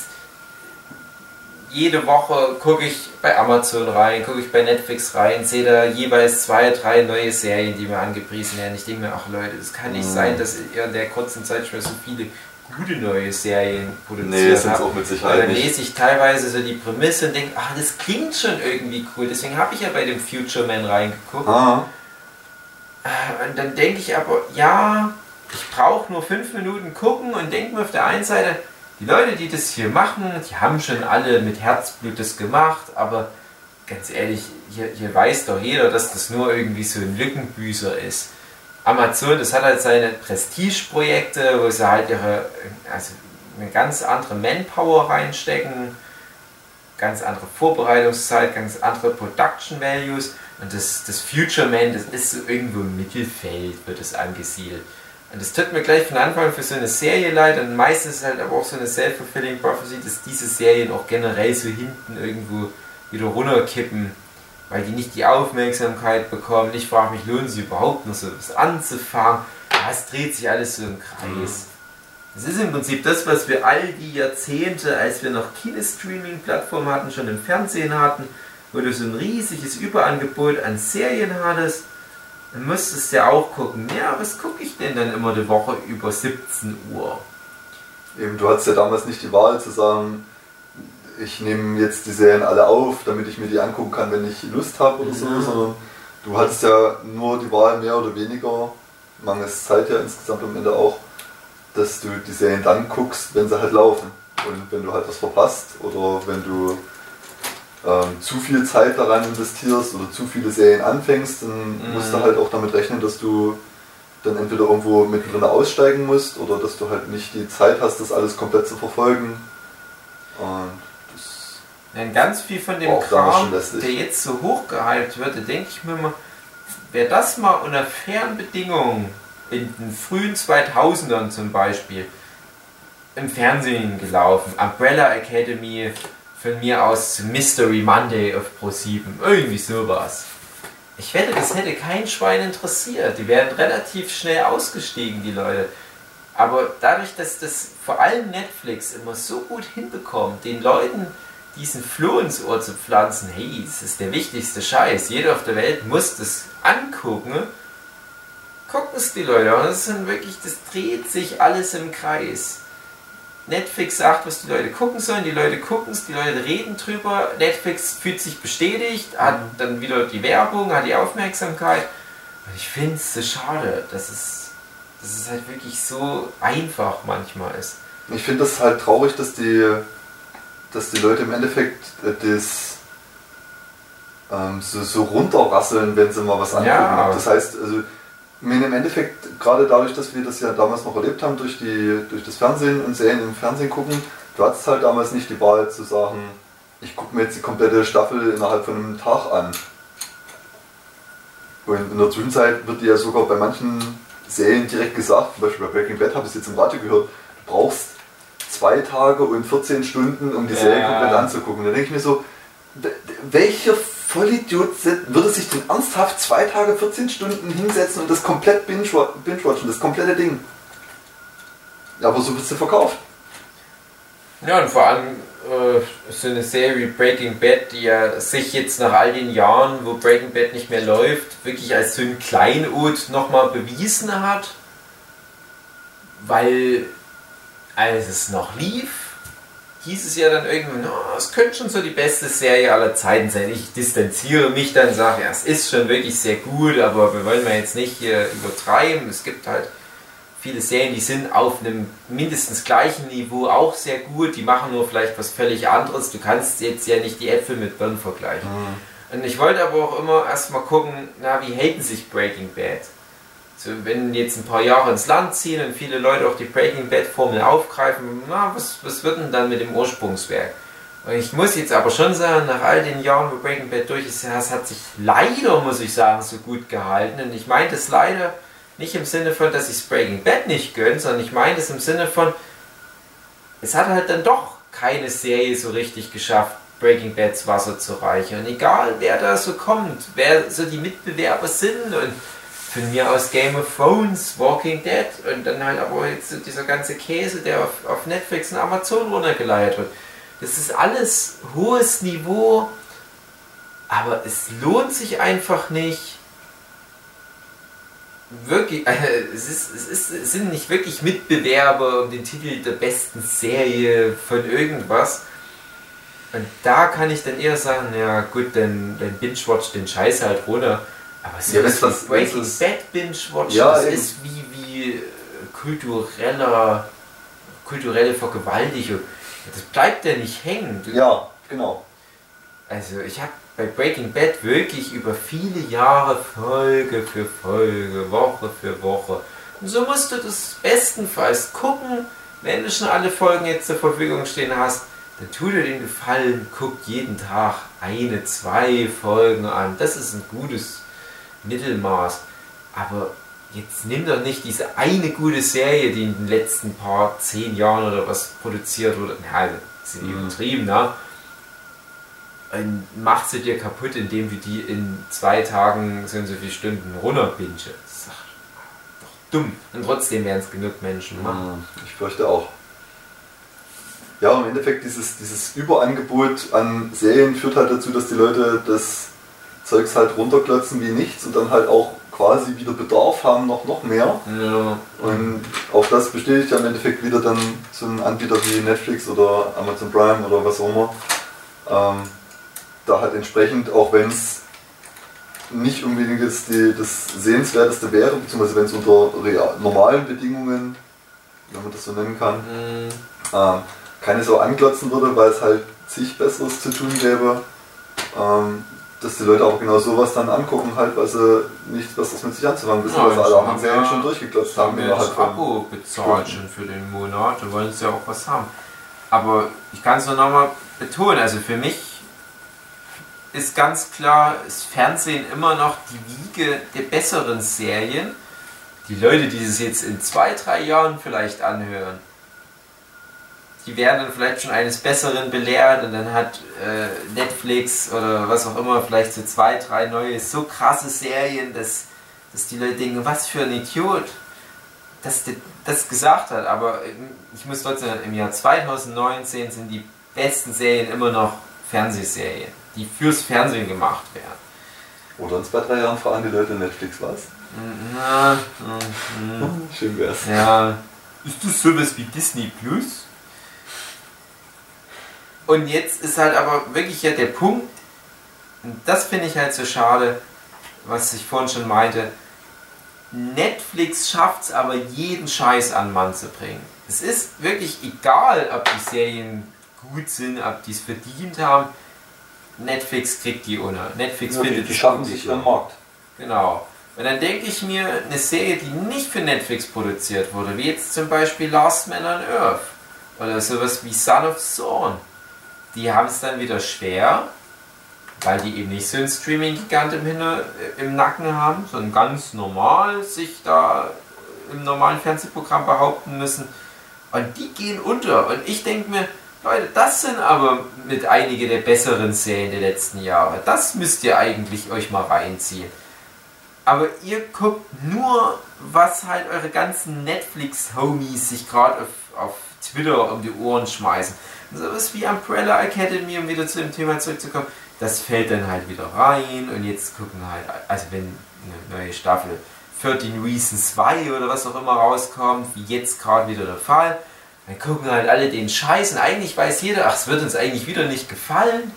jede Woche gucke ich bei Amazon rein, gucke ich bei Netflix rein, sehe da jeweils 2, 3 neue Serien, die mir angepriesen werden. Ich denke mir, ach Leute, es kann nicht sein, dass ihr in der kurzen Zeit schon so viele gute neue Serien produziert habt. Auch mit Sicherheit dann lese ich teilweise so die Prämisse und denke, ach, das klingt schon irgendwie cool. Deswegen habe ich ja bei dem Future Man reingeguckt. Und dann denke ich aber, ja, ich brauche nur 5 Minuten gucken und denke mir auf der einen Seite, die Leute, die das hier machen, die haben schon alle mit Herzblut das gemacht, aber ganz ehrlich, hier weiß doch jeder, dass das nur irgendwie so ein Lückenbüßer ist. Amazon, das hat halt seine Prestigeprojekte, wo sie halt eine ganz andere Manpower reinstecken, ganz andere Vorbereitungszeit, ganz andere Production Values und das Future Man, das ist so irgendwo im Mittelfeld, wird es angesiedelt. Und das tut mir gleich von Anfang für so eine Serie leid und meistens ist halt aber auch so eine self-fulfilling prophecy, dass diese Serien auch generell so hinten irgendwo wieder runterkippen, weil die nicht die Aufmerksamkeit bekommen. Ich frage mich, lohnt sie überhaupt noch so was anzufangen? Es dreht sich alles so im Kreis. Das ist im Prinzip das, was wir all die Jahrzehnte, als wir noch keine Streaming-Plattform hatten, schon im Fernsehen hatten, wo du so ein riesiges Überangebot an Serien hattest. Dann müsstest du ja auch gucken, ja, was gucke ich denn dann immer die Woche über 17 Uhr? Eben, du hattest ja damals nicht die Wahl zu sagen, ich nehme jetzt die Serien alle auf, damit ich mir die angucken kann, wenn ich Lust habe oder so, sondern du hattest ja nur die Wahl, mehr oder weniger, mangels Zeit ja insgesamt am Ende auch, dass du die Serien dann guckst, wenn sie halt laufen. Und wenn du halt was verpasst oder wenn du zu viel Zeit daran investierst oder zu viele Serien anfängst, dann musst du halt auch damit rechnen, dass du dann entweder irgendwo mittendrin aussteigen musst oder dass du halt nicht die Zeit hast, das alles komplett zu verfolgen. Und das ganz viel von dem Kram, der jetzt so hochgehypt wird, da denke ich mir mal, wäre das mal unter fairen Bedingungen in den frühen 2000ern zum Beispiel im Fernsehen gelaufen, Umbrella Academy, von mir aus Mystery Monday auf Pro7, irgendwie sowas. Ich wette, das hätte kein Schwein interessiert. Die wären relativ schnell ausgestiegen, die Leute. Aber dadurch, dass das vor allem Netflix immer so gut hinbekommt, den Leuten diesen Floh ins Ohr zu pflanzen, hey, das ist der wichtigste Scheiß, jeder auf der Welt muss das angucken, gucken es die Leute. Und das dreht sich alles im Kreis. Netflix sagt, was die Leute gucken sollen, die Leute gucken es, die Leute reden drüber, Netflix fühlt sich bestätigt, hat dann wieder die Werbung, hat die Aufmerksamkeit. Und ich finde es so schade, dass es halt wirklich so einfach manchmal ist. Ich finde das halt traurig, dass die Leute im Endeffekt das so runterrasseln, wenn sie mal was angucken. Ja. Das heißt, also im Endeffekt, gerade dadurch, dass wir das ja damals noch erlebt haben, durch das Fernsehen und Serien im Fernsehen gucken, du hattest halt damals nicht die Wahl zu sagen, ich gucke mir jetzt die komplette Staffel innerhalb von einem Tag an. Und in der Zwischenzeit wird dir ja sogar bei manchen Serien direkt gesagt, zum Beispiel bei Breaking Bad habe ich es jetzt im Radio gehört, du brauchst 2 Tage und 14 Stunden, um die Serie komplett anzugucken. Da denke ich mir so, welcher Vollidiot würde sich denn ernsthaft 2 Tage, 14 Stunden hinsetzen und das komplett binge-watchen, das komplette Ding? Ja, aber so wird es verkauft. Ja, und vor allem so eine Serie wie Breaking Bad, die ja sich jetzt nach all den Jahren, wo Breaking Bad nicht mehr läuft, wirklich als so ein Kleinod nochmal bewiesen hat, weil als es noch lief, hieß es ja dann irgendwann, es könnte schon so die beste Serie aller Zeiten sein. Ich distanziere mich dann, sage, ja, es ist schon wirklich sehr gut, aber wir wollen mal jetzt nicht hier übertreiben. Es gibt halt viele Serien, die sind auf einem mindestens gleichen Niveau auch sehr gut, die machen nur vielleicht was völlig anderes. Du kannst jetzt ja nicht die Äpfel mit Birnen vergleichen. Und ich wollte aber auch immer erstmal gucken, wie hält sich Breaking Bad? So, wenn jetzt ein paar Jahre ins Land ziehen und viele Leute auch die Breaking Bad Formel aufgreifen, was wird denn dann mit dem Ursprungswerk? Und ich muss jetzt aber schon sagen, nach all den Jahren, wo Breaking Bad durch ist, es hat sich leider, muss ich sagen, so gut gehalten. Und ich meine das leider nicht im Sinne von, dass ich Breaking Bad nicht gönne, sondern ich meine es im Sinne von, es hat halt dann doch keine Serie so richtig geschafft, Breaking Bads Wasser zu reichen. Und egal, wer da so kommt, wer so die Mitbewerber sind und von mir aus Game of Thrones, Walking Dead und dann halt aber jetzt so dieser ganze Käse, der auf Netflix und Amazon runtergeleitet wird. Das ist alles hohes Niveau, aber es lohnt sich einfach nicht. Wirklich, es sind nicht wirklich Mitbewerber um den Titel der besten Serie von irgendwas. Und da kann ich dann eher sagen, ja gut, dann binge-watch den Scheiß halt runter. Aber so ist das Breaking Bad binge-watch, ja, das ist wie kulturelle Vergewaltigung. Das bleibt ja nicht hängen. Ja, genau. Also ich habe bei Breaking Bad wirklich über viele Jahre Folge für Folge, Woche für Woche. Und so musst du das bestenfalls gucken, wenn du schon alle Folgen jetzt zur Verfügung stehen hast, dann tu dir den Gefallen, guck jeden Tag 1, 2 Folgen an. Das ist ein gutes Mittelmaß. Aber jetzt nimm doch nicht diese eine gute Serie, die in den letzten 10 Jahren oder was produziert wurde. Na, das sind übertrieben, ne? Und mach sie dir kaputt, indem du die in 2 Tagen so und so viele Stunden runterbingst. Das ist doch dumm. Und trotzdem werden es genug Menschen machen. Ich fürchte auch. Ja, im Endeffekt dieses Überangebot an Serien führt halt dazu, dass die Leute das Zeugs halt runterklotzen wie nichts und dann halt auch quasi wieder Bedarf haben, noch mehr. Ja. Und auch das bestätigt ja im Endeffekt wieder dann so ein Anbieter wie Netflix oder Amazon Prime oder was auch immer. Da halt entsprechend, auch wenn es nicht unbedingt jetzt das Sehenswerteste wäre, beziehungsweise wenn es unter normalen Bedingungen, wenn man das so nennen kann, keine so anglotzen würde, weil es halt zig Besseres zu tun gäbe, dass die Leute auch genau sowas dann angucken, halt, weil sie nichts Besseres mit sich anzufangen wissen, weil sie alle anderen Serien schon durchgeklotzt haben. Wir haben das Abo bezahlt schon für den Monat, da wollen sie ja auch was haben. Aber ich kann es nur nochmal betonen, also für mich ist ganz klar, das Fernsehen immer noch die Wiege der besseren Serien. Die Leute, die es jetzt in 2, 3 Jahren vielleicht anhören, die werden dann vielleicht schon eines Besseren belehrt und dann hat Netflix oder was auch immer vielleicht so 2, 3 neue, so krasse Serien, dass die Leute denken, was für ein Idiot. das gesagt hat, aber ich muss trotzdem sagen, im Jahr 2019 sind die besten Serien immer noch Fernsehserien, die fürs Fernsehen gemacht werden. Oder in 2-3 Jahren fragen die Leute Netflix was? Schön wär's. Ja, ist das sowas wie Disney Plus? Und jetzt ist halt aber wirklich ja der Punkt, und das finde ich halt so schade, was ich vorhin schon meinte, Netflix schafft es aber jeden Scheiß an den Mann zu bringen. Es ist wirklich egal, ob die Serien gut sind, ob die es verdient haben. Netflix kriegt die ohne. Netflix findet die schaffen sich ihren Markt. Genau. Und dann denke ich mir, eine Serie, die nicht für Netflix produziert wurde, wie jetzt zum Beispiel Last Man on Earth oder sowas wie Son of Thorn, die haben es dann wieder schwer, weil die eben nicht so einen Streaming-Gigant im Nacken haben, sondern ganz normal sich da im normalen Fernsehprogramm behaupten müssen. Und die gehen unter. Und ich denke mir, Leute, das sind aber mit einige der besseren Serien der letzten Jahre. Das müsst ihr eigentlich euch mal reinziehen. Aber ihr guckt nur, was halt eure ganzen Netflix-Homies sich gerade auf Twitter um die Ohren schmeißen. Und sowas wie Umbrella Academy, um wieder zu dem Thema zurückzukommen, das fällt dann halt wieder rein und jetzt gucken halt, also wenn eine neue Staffel 13 Reasons 2 oder was auch immer rauskommt, wie jetzt gerade wieder der Fall, dann gucken halt alle den Scheiß und eigentlich weiß jeder, ach, es wird uns eigentlich wieder nicht gefallen,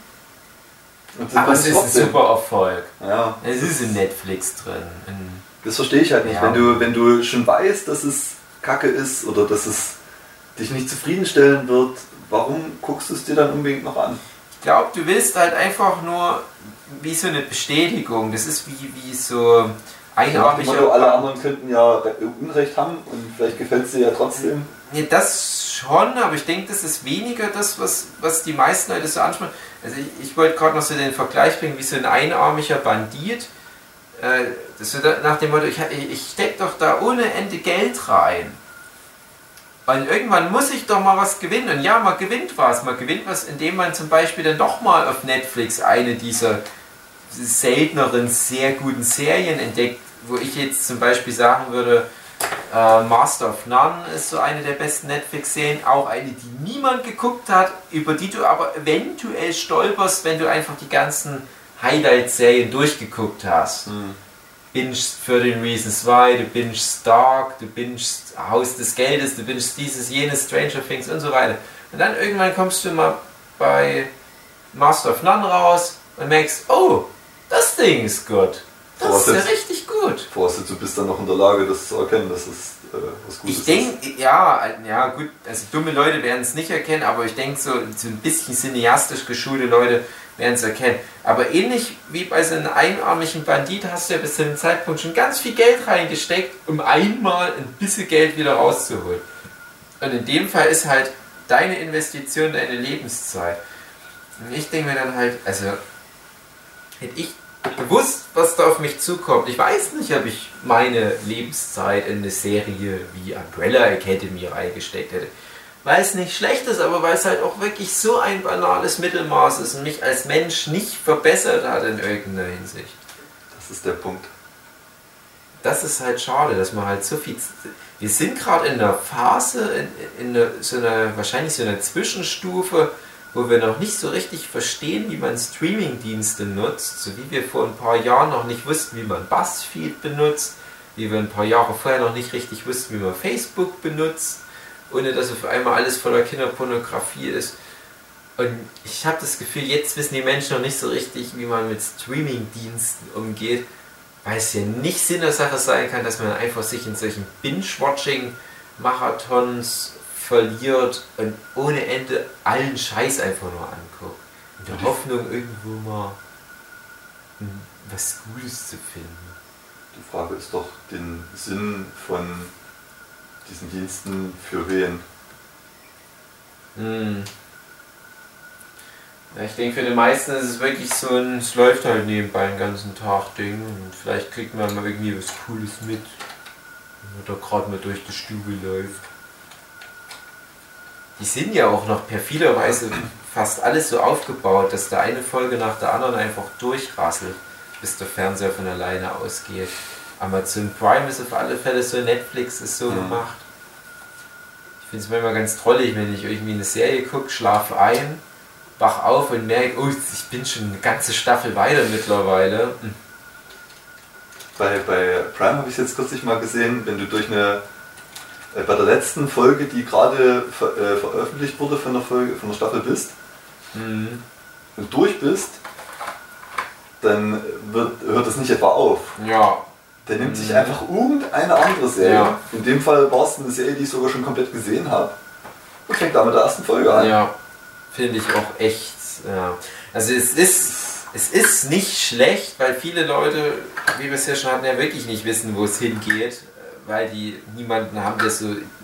aber es ist ein super Erfolg. Ja, es ist in Netflix drin. Das verstehe ich halt nicht, ja. Wenn du schon weißt, dass es Kacke ist oder dass es dich nicht zufriedenstellen wird, warum guckst du es dir dann unbedingt noch an? Ich glaube, du willst halt einfach nur wie so eine Bestätigung. Das ist wie so einarmiger... Also alle anderen könnten ja Unrecht haben und vielleicht gefällt es dir ja trotzdem. Nee, das schon, aber ich denke, das ist weniger das, was die meisten Leute so ansprechen. Also ich wollte gerade noch so den Vergleich bringen, wie so ein einarmiger Bandit. Das wird nach dem Motto, ich stecke doch da ohne Ende Geld rein. Und irgendwann muss ich doch mal was gewinnen. Und ja, man gewinnt was. Man gewinnt was, indem man zum Beispiel dann doch mal auf Netflix eine dieser selteneren, sehr guten Serien entdeckt, wo ich jetzt zum Beispiel sagen würde, Master of None ist so eine der besten Netflix-Serien, auch eine, die niemand geguckt hat, über die du aber eventuell stolperst, wenn du einfach die ganzen Highlight-Serien durchgeguckt hast. Bingest 13 Reasons Why, du bingest Dark, du bingest Haus des Geldes, du bingest dieses, jenes, Stranger Things und so weiter. Und dann irgendwann kommst du mal bei Master of None raus und merkst, oh, das Ding ist gut. Das ist ja richtig gut. Voraussetzt, du bist dann noch in der Lage, das zu erkennen, dass es was Gutes ist. Ich denke, ja gut, also dumme Leute werden es nicht erkennen, aber ich denke, so ein bisschen cineastisch geschulte Leute werden es erkennen. Aber ähnlich wie bei so einem einarmigen Bandit hast du ja bis zu dem Zeitpunkt schon ganz viel Geld reingesteckt, um einmal ein bisschen Geld wieder rauszuholen. Und in dem Fall ist halt deine Investition deine Lebenszeit. Und ich denke mir dann halt, also hätte ich gewusst, was da auf mich zukommt. Ich weiß nicht, ob ich meine Lebenszeit in eine Serie wie Umbrella Academy reingesteckt hätte. Weil es nicht schlecht ist, aber weil es halt auch wirklich so ein banales Mittelmaß ist und mich als Mensch nicht verbessert hat in irgendeiner Hinsicht. Das ist der Punkt. Das ist halt schade, dass man halt so viel... Wir sind gerade in einer Phase, wahrscheinlich so einer Zwischenstufe, wo wir noch nicht so richtig verstehen, wie man Streaming-Dienste nutzt, so wie wir vor ein paar Jahren noch nicht wussten, wie man BuzzFeed benutzt, wie wir ein paar Jahre vorher noch nicht richtig wussten, wie man Facebook benutzt, ohne dass auf einmal alles voller Kinderpornografie ist. Und ich habe das Gefühl, jetzt wissen die Menschen noch nicht so richtig, wie man mit Streaming-Diensten umgeht, weil es ja nicht Sinn der Sache sein kann, dass man einfach sich in solchen Binge-Watching-Marathons verliert und ohne Ende allen Scheiß einfach nur anguckt. In der Hoffnung, irgendwo mal was Gutes zu finden. Die Frage ist doch den Sinn von diesen Diensten für wen? Ja, ich denke, für die meisten ist es wirklich so ein, es läuft halt nebenbei den ganzen Tag Ding und vielleicht kriegt man mal irgendwie was Cooles mit, wenn man da gerade mal durch die Stube läuft. Die sind ja auch noch perfiderweise fast alles so aufgebaut, dass da eine Folge nach der anderen einfach durchrasselt, bis der Fernseher von alleine ausgeht. Amazon Prime ist auf alle Fälle so, Netflix ist so gemacht. Ich finde es manchmal ganz trollig, wenn ich irgendwie eine Serie gucke, schlafe ein, wach auf und merke, oh, ich bin schon eine ganze Staffel weiter mittlerweile. Bei Prime habe ich es jetzt kürzlich mal gesehen, wenn du bei der letzten Folge, die gerade veröffentlicht wurde von der Staffel bist, und durch bist, dann hört das nicht etwa auf. Ja. Der nimmt sich einfach irgendeine andere Serie. Ja. In dem Fall war es eine Serie, die ich sogar schon komplett gesehen habe. Und fängt da mit der ersten Folge an. Ja, finde ich auch echt. Ja. Also es ist nicht schlecht, weil viele Leute, wie wir es ja schon hatten, ja wirklich nicht wissen, wo es hingeht. Weil die niemanden haben, der so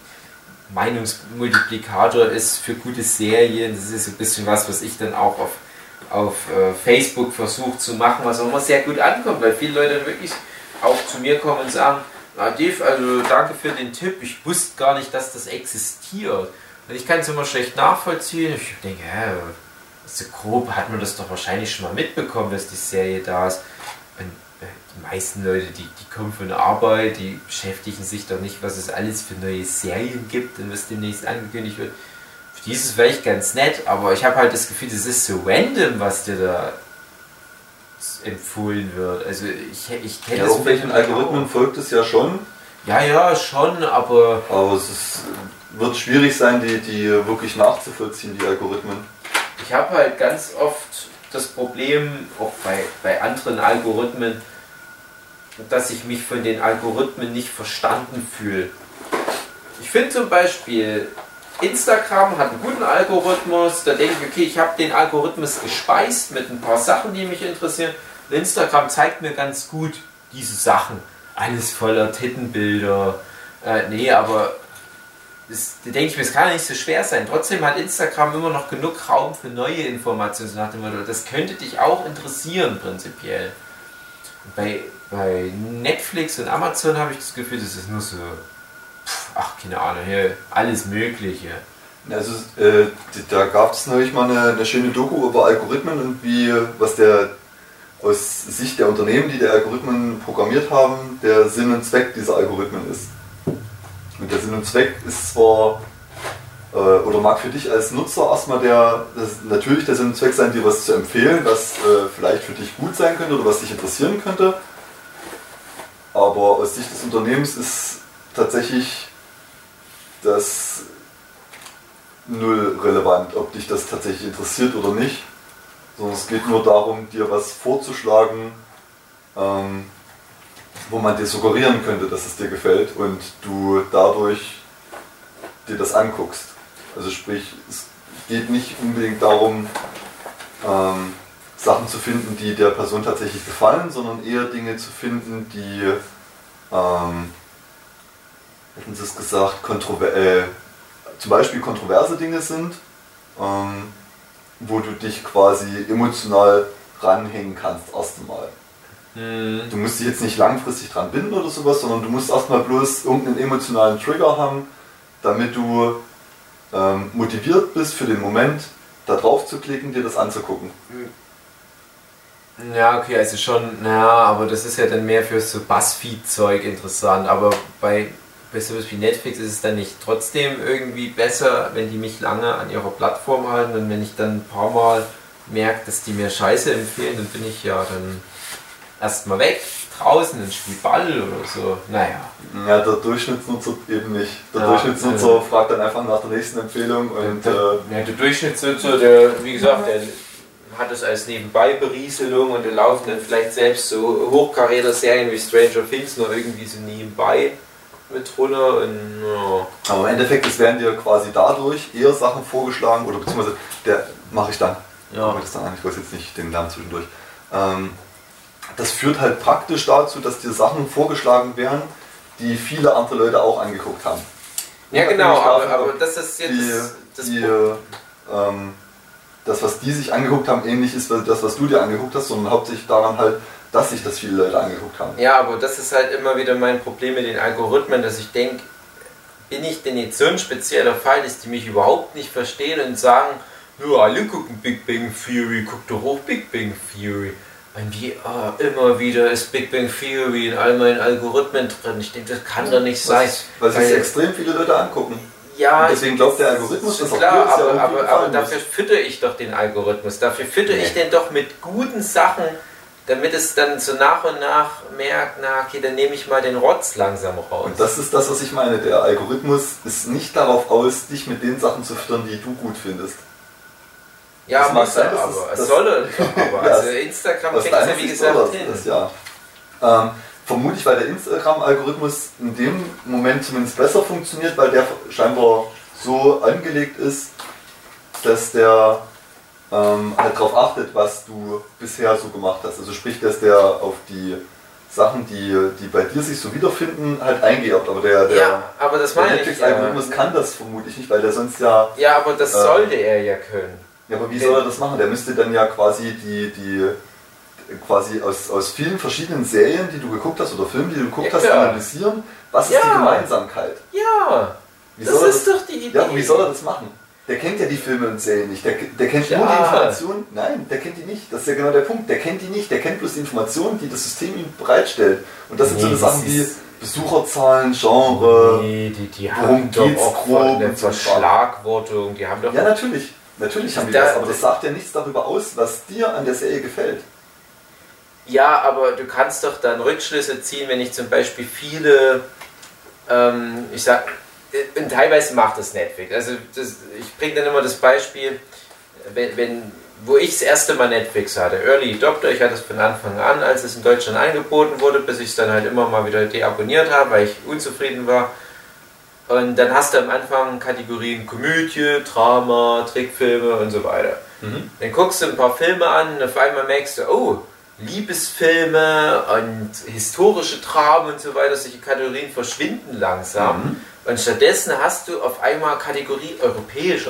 Meinungsmultiplikator ist für gute Serien. Das ist so ein bisschen was ich dann auch auf Facebook versuche zu machen, was auch immer sehr gut ankommt, weil viele Leute dann wirklich auch zu mir kommen und sagen, Dave, also danke für den Tipp, ich wusste gar nicht, dass das existiert. Und ich kann es immer schlecht nachvollziehen. Ich denke, so grob hat man das doch wahrscheinlich schon mal mitbekommen, dass die Serie da ist. Und die meisten Leute, die kommen von der Arbeit, die beschäftigen sich doch nicht, was es alles für neue Serien gibt und was demnächst angekündigt wird. Für die ist es vielleicht ganz nett, aber ich habe halt das Gefühl, das ist so random, was dir da empfohlen wird. Also ich kenne das. Auf welchen Algorithmen folgt es ja schon. Ja, schon, aber es wird schwierig sein, die wirklich nachzuvollziehen, die Algorithmen. Ich habe halt ganz oft das Problem, auch bei anderen Algorithmen, dass ich mich von den Algorithmen nicht verstanden fühle. Ich finde zum Beispiel, Instagram hat einen guten Algorithmus, da denke ich, okay, ich habe den Algorithmus gespeist mit ein paar Sachen, die mich interessieren. Und Instagram zeigt mir ganz gut diese Sachen. Alles voller Tittenbilder. Aber da denke ich mir, es kann ja nicht so schwer sein. Trotzdem hat Instagram immer noch genug Raum für neue Informationen. So nach dem Motto, das könnte dich auch interessieren, prinzipiell. Und bei Netflix und Amazon habe ich das Gefühl, das ist nur so, keine Ahnung, hier alles Mögliche. Also, da gab es neulich mal eine schöne Doku über Algorithmen und was aus Sicht der Unternehmen, die Algorithmen programmiert haben, der Sinn und Zweck dieser Algorithmen ist. Und der Sinn und Zweck ist zwar, oder mag für dich als Nutzer erstmal natürlich der Sinn und Zweck sein, dir was zu empfehlen, was vielleicht für dich gut sein könnte oder was dich interessieren könnte. Aber aus Sicht des Unternehmens ist tatsächlich das null relevant, ob dich das tatsächlich interessiert oder nicht. Sondern es geht nur darum, dir was vorzuschlagen, wo man dir suggerieren könnte, dass es dir gefällt und du dadurch dir das anguckst. Also sprich, es geht nicht unbedingt darum, Sachen zu finden, die der Person tatsächlich gefallen, sondern eher Dinge zu finden, die, hätten Sie es gesagt, zum Beispiel kontroverse Dinge sind, wo du dich quasi emotional ranhängen kannst erst einmal. Du musst dich jetzt nicht langfristig dran binden oder sowas, sondern du musst erstmal bloß irgendeinen emotionalen Trigger haben, damit du motiviert bist für den Moment, da drauf zu klicken, dir das anzugucken. Ja, okay, also schon, aber das ist ja dann mehr für so Buzzfeed-Zeug interessant, aber bei sowas wie Netflix ist es dann nicht trotzdem irgendwie besser, wenn die mich lange an ihrer Plattform halten und wenn ich dann ein paar Mal merke, dass die mir Scheiße empfehlen, dann bin ich ja dann erstmal weg, draußen und spiele Ball oder so, Ja, der Durchschnittsnutzer eben nicht. Der Durchschnittsnutzer fragt dann einfach nach der nächsten Empfehlung und... der Durchschnittsnutzer, der, wie gesagt, der hat das als Nebenbei-Berieselung und der laufen dann vielleicht selbst so Hochkaräter-Serien wie Stranger Things noch irgendwie so nebenbei mit runter und Aber im Endeffekt, es werden dir quasi dadurch eher Sachen vorgeschlagen, oder beziehungsweise, mache ich dann. Ich weiß jetzt nicht den Namen zwischendurch. Das führt halt praktisch dazu, dass dir Sachen vorgeschlagen werden, die viele andere Leute auch angeguckt haben. Ja, genau, aber das ist jetzt das, was die sich angeguckt haben, ähnlich ist wie das, was du dir angeguckt hast, sondern hauptsächlich daran halt, dass sich das viele Leute angeguckt haben. Ja, aber das ist halt immer wieder mein Problem mit den Algorithmen, dass ich denke, bin ich denn jetzt so ein spezieller Fall, dass die mich überhaupt nicht verstehen und sagen, alle gucken Big Bang Theory, guck doch auch Big Bang Theory. Und wie immer wieder ist Big Bang Theory in all meinen Algorithmen drin. Ich denke, das kann doch nicht sein. Weil sich extrem viele Leute angucken. Ja, und deswegen glaubt der Algorithmus, dass klar, aber dafür fütter ich doch den Algorithmus. Dafür fütter ich den doch mit guten Sachen, damit es dann so nach und nach merkt, na okay, dann nehme ich mal den Rotz langsam raus. Und das ist das, was ich meine. Der Algorithmus ist nicht darauf aus, dich mit den Sachen zu füttern, die du gut findest. Ja, das muss er aber. Es soll er aber. Also Instagram kriegt es ja wie gesagt hin. Vermutlich, weil der Instagram-Algorithmus in dem Moment zumindest besser funktioniert, weil der scheinbar so angelegt ist, dass der halt darauf achtet, was du bisher so gemacht hast. Also sprich, dass der auf die Sachen, die bei dir sich so wiederfinden, halt eingeht. Aber der Netflix-Algorithmus kann das vermutlich nicht, weil der sonst ja... Ja, aber das sollte er ja können. Ja, aber wie soll er das machen? Der müsste dann ja quasi quasi aus vielen verschiedenen Serien, die du geguckt hast, oder Filmen, die du geguckt hast, analysieren, was ist die Gemeinsamkeit? Ja, das ist doch die Idee. Ja, aber wie soll er das machen? Der kennt ja die Filme und Serien nicht. Der kennt nur die Informationen. Nein, der kennt die nicht. Das ist ja genau der Punkt. Der kennt die nicht. Der kennt bloß die Informationen, die das System ihm bereitstellt. Und das sind so eine Sachen wie Besucherzahlen, Genre, die haben doch auch eine Verschlagwortung. Die haben doch ja, natürlich. Natürlich haben die das, aber das sagt ja nichts darüber aus, was dir an der Serie gefällt. Ja, aber du kannst doch dann Rückschlüsse ziehen, wenn ich zum Beispiel viele, und teilweise macht das Netflix. Also ich bringe dann immer das Beispiel, wo ich das erste Mal Netflix hatte, Early Adopter, ich hatte es von Anfang an, als es in Deutschland angeboten wurde, bis ich es dann halt immer mal wieder deabonniert habe, weil ich unzufrieden war. Und dann hast du am Anfang Kategorien Komödie, Drama, Trickfilme und so weiter. Mhm. Dann guckst du ein paar Filme an und auf einmal merkst du, oh, Liebesfilme und historische Dramen und so weiter, solche Kategorien verschwinden langsam. Mhm. Und stattdessen hast du auf einmal Kategorie europäischer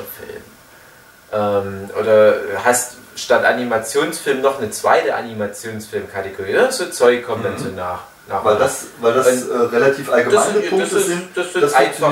Film. Oder hast statt Animationsfilm noch eine zweite Animationsfilmkategorie. Ja, so Zeug kommt dann so nach. Weil das relativ allgemeine Punkte sind. Das wird einfach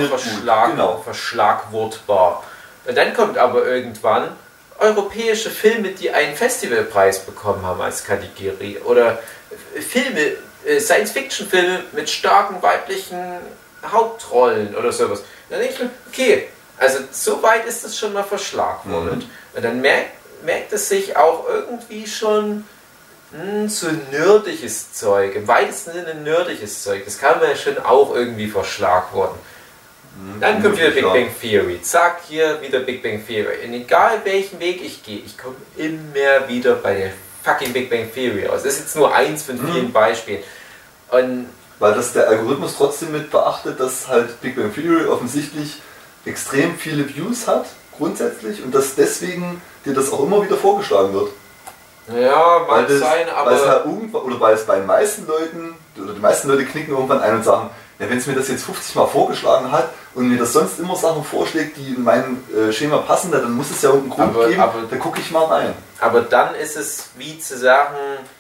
verschlagwortbar. Und dann kommt aber irgendwann europäische Filme, die einen Festivalpreis bekommen haben als Kategorie. Oder Filme, Science-Fiction-Filme mit starken weiblichen Hauptrollen oder sowas. Dann denke ich mir, okay, also so weit ist das schon mal verschlagwortet. Mhm. Und dann merkt es sich auch irgendwie schon so nerdiges Zeug, im weitesten Sinne nerdiges Zeug, das kann man ja schon auch irgendwie verschlagworten. Dann kommt wieder Big Bang Theory, zack, hier wieder Big Bang Theory. Und egal welchen Weg ich gehe, ich komme immer wieder bei der fucking Big Bang Theory aus. Das ist jetzt nur eins von vielen Beispielen. Und weil das der Algorithmus trotzdem mit beachtet, dass halt Big Bang Theory offensichtlich extrem viele Views hat, grundsätzlich, und dass deswegen dir das auch immer wieder vorgeschlagen wird. Ja, mag sein, aber... Weil es bei den meisten Leuten, oder die meisten Leute knicken irgendwann ein und sagen, ja, wenn es mir das jetzt 50 Mal vorgeschlagen hat und mir das sonst immer Sachen vorschlägt, die in mein Schema passen, dann muss es ja irgendeinen Grund geben, da gucke ich mal rein. Aber dann ist es wie zu sagen,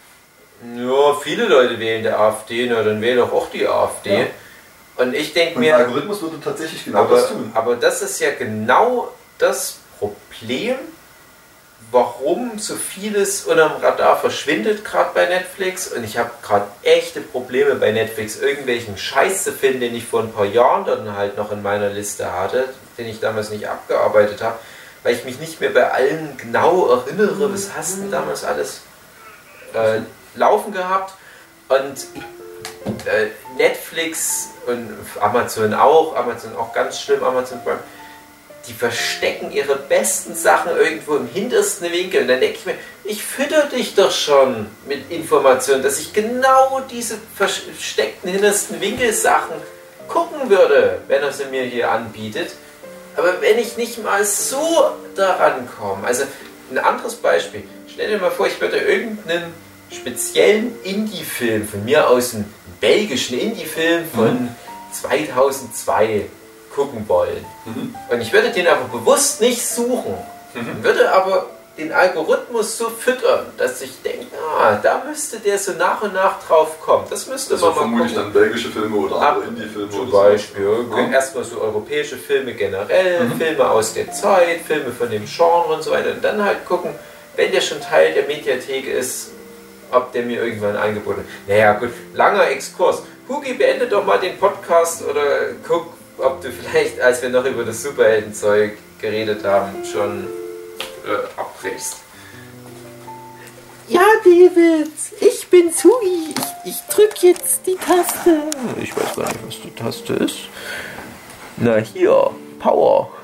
ja, viele Leute wählen die AfD, na, dann wähle auch die AfD. Ja. Und ich denke mir... Der Algorithmus würde tatsächlich genau das tun. Aber das ist ja genau das Problem, warum so vieles unterm Radar verschwindet, gerade bei Netflix. Und ich habe gerade echte Probleme bei Netflix, irgendwelchen Scheiß zu finden, den ich vor ein paar Jahren dann halt noch in meiner Liste hatte, den ich damals nicht abgearbeitet habe, weil ich mich nicht mehr bei allen genau erinnere, was hast du damals alles laufen gehabt. Und Netflix und Amazon auch ganz schlimm, Amazon Prime, die verstecken ihre besten Sachen irgendwo im hintersten Winkel. Und dann denke ich mir, ich fütter dich doch schon mit Informationen, dass ich genau diese versteckten hintersten Winkel-Sachen gucken würde, wenn er sie mir hier anbietet. Aber wenn ich nicht mal so daran komme, also ein anderes Beispiel, stell dir mal vor, ich würde irgendeinen speziellen Indie-Film, von mir aus einen belgischen Indie-Film von 2002 gucken wollen. Mhm. Und ich würde den aber bewusst nicht suchen, würde aber den Algorithmus so füttern, dass ich denke, da müsste der so nach und nach drauf kommen. Das müsste man mal vermutlich gucken. Dann belgische Filme oder andere Indie-Filme. Zum Beispiel. So. Erstmal so europäische Filme generell, Filme aus der Zeit, Filme von dem Genre und so weiter. Und dann halt gucken, wenn der schon Teil der Mediathek ist, ob der mir irgendwann angeboten hat. Naja gut, langer Exkurs. Hugi, beende doch mal den Podcast oder guck, ob du vielleicht, als wir noch über das Superheldenzeug geredet haben, schon abbrichst. Ja, David, ich bin's, Hugi. Ich drück jetzt die Taste. Ich weiß gar nicht, was die Taste ist. Na hier, Power.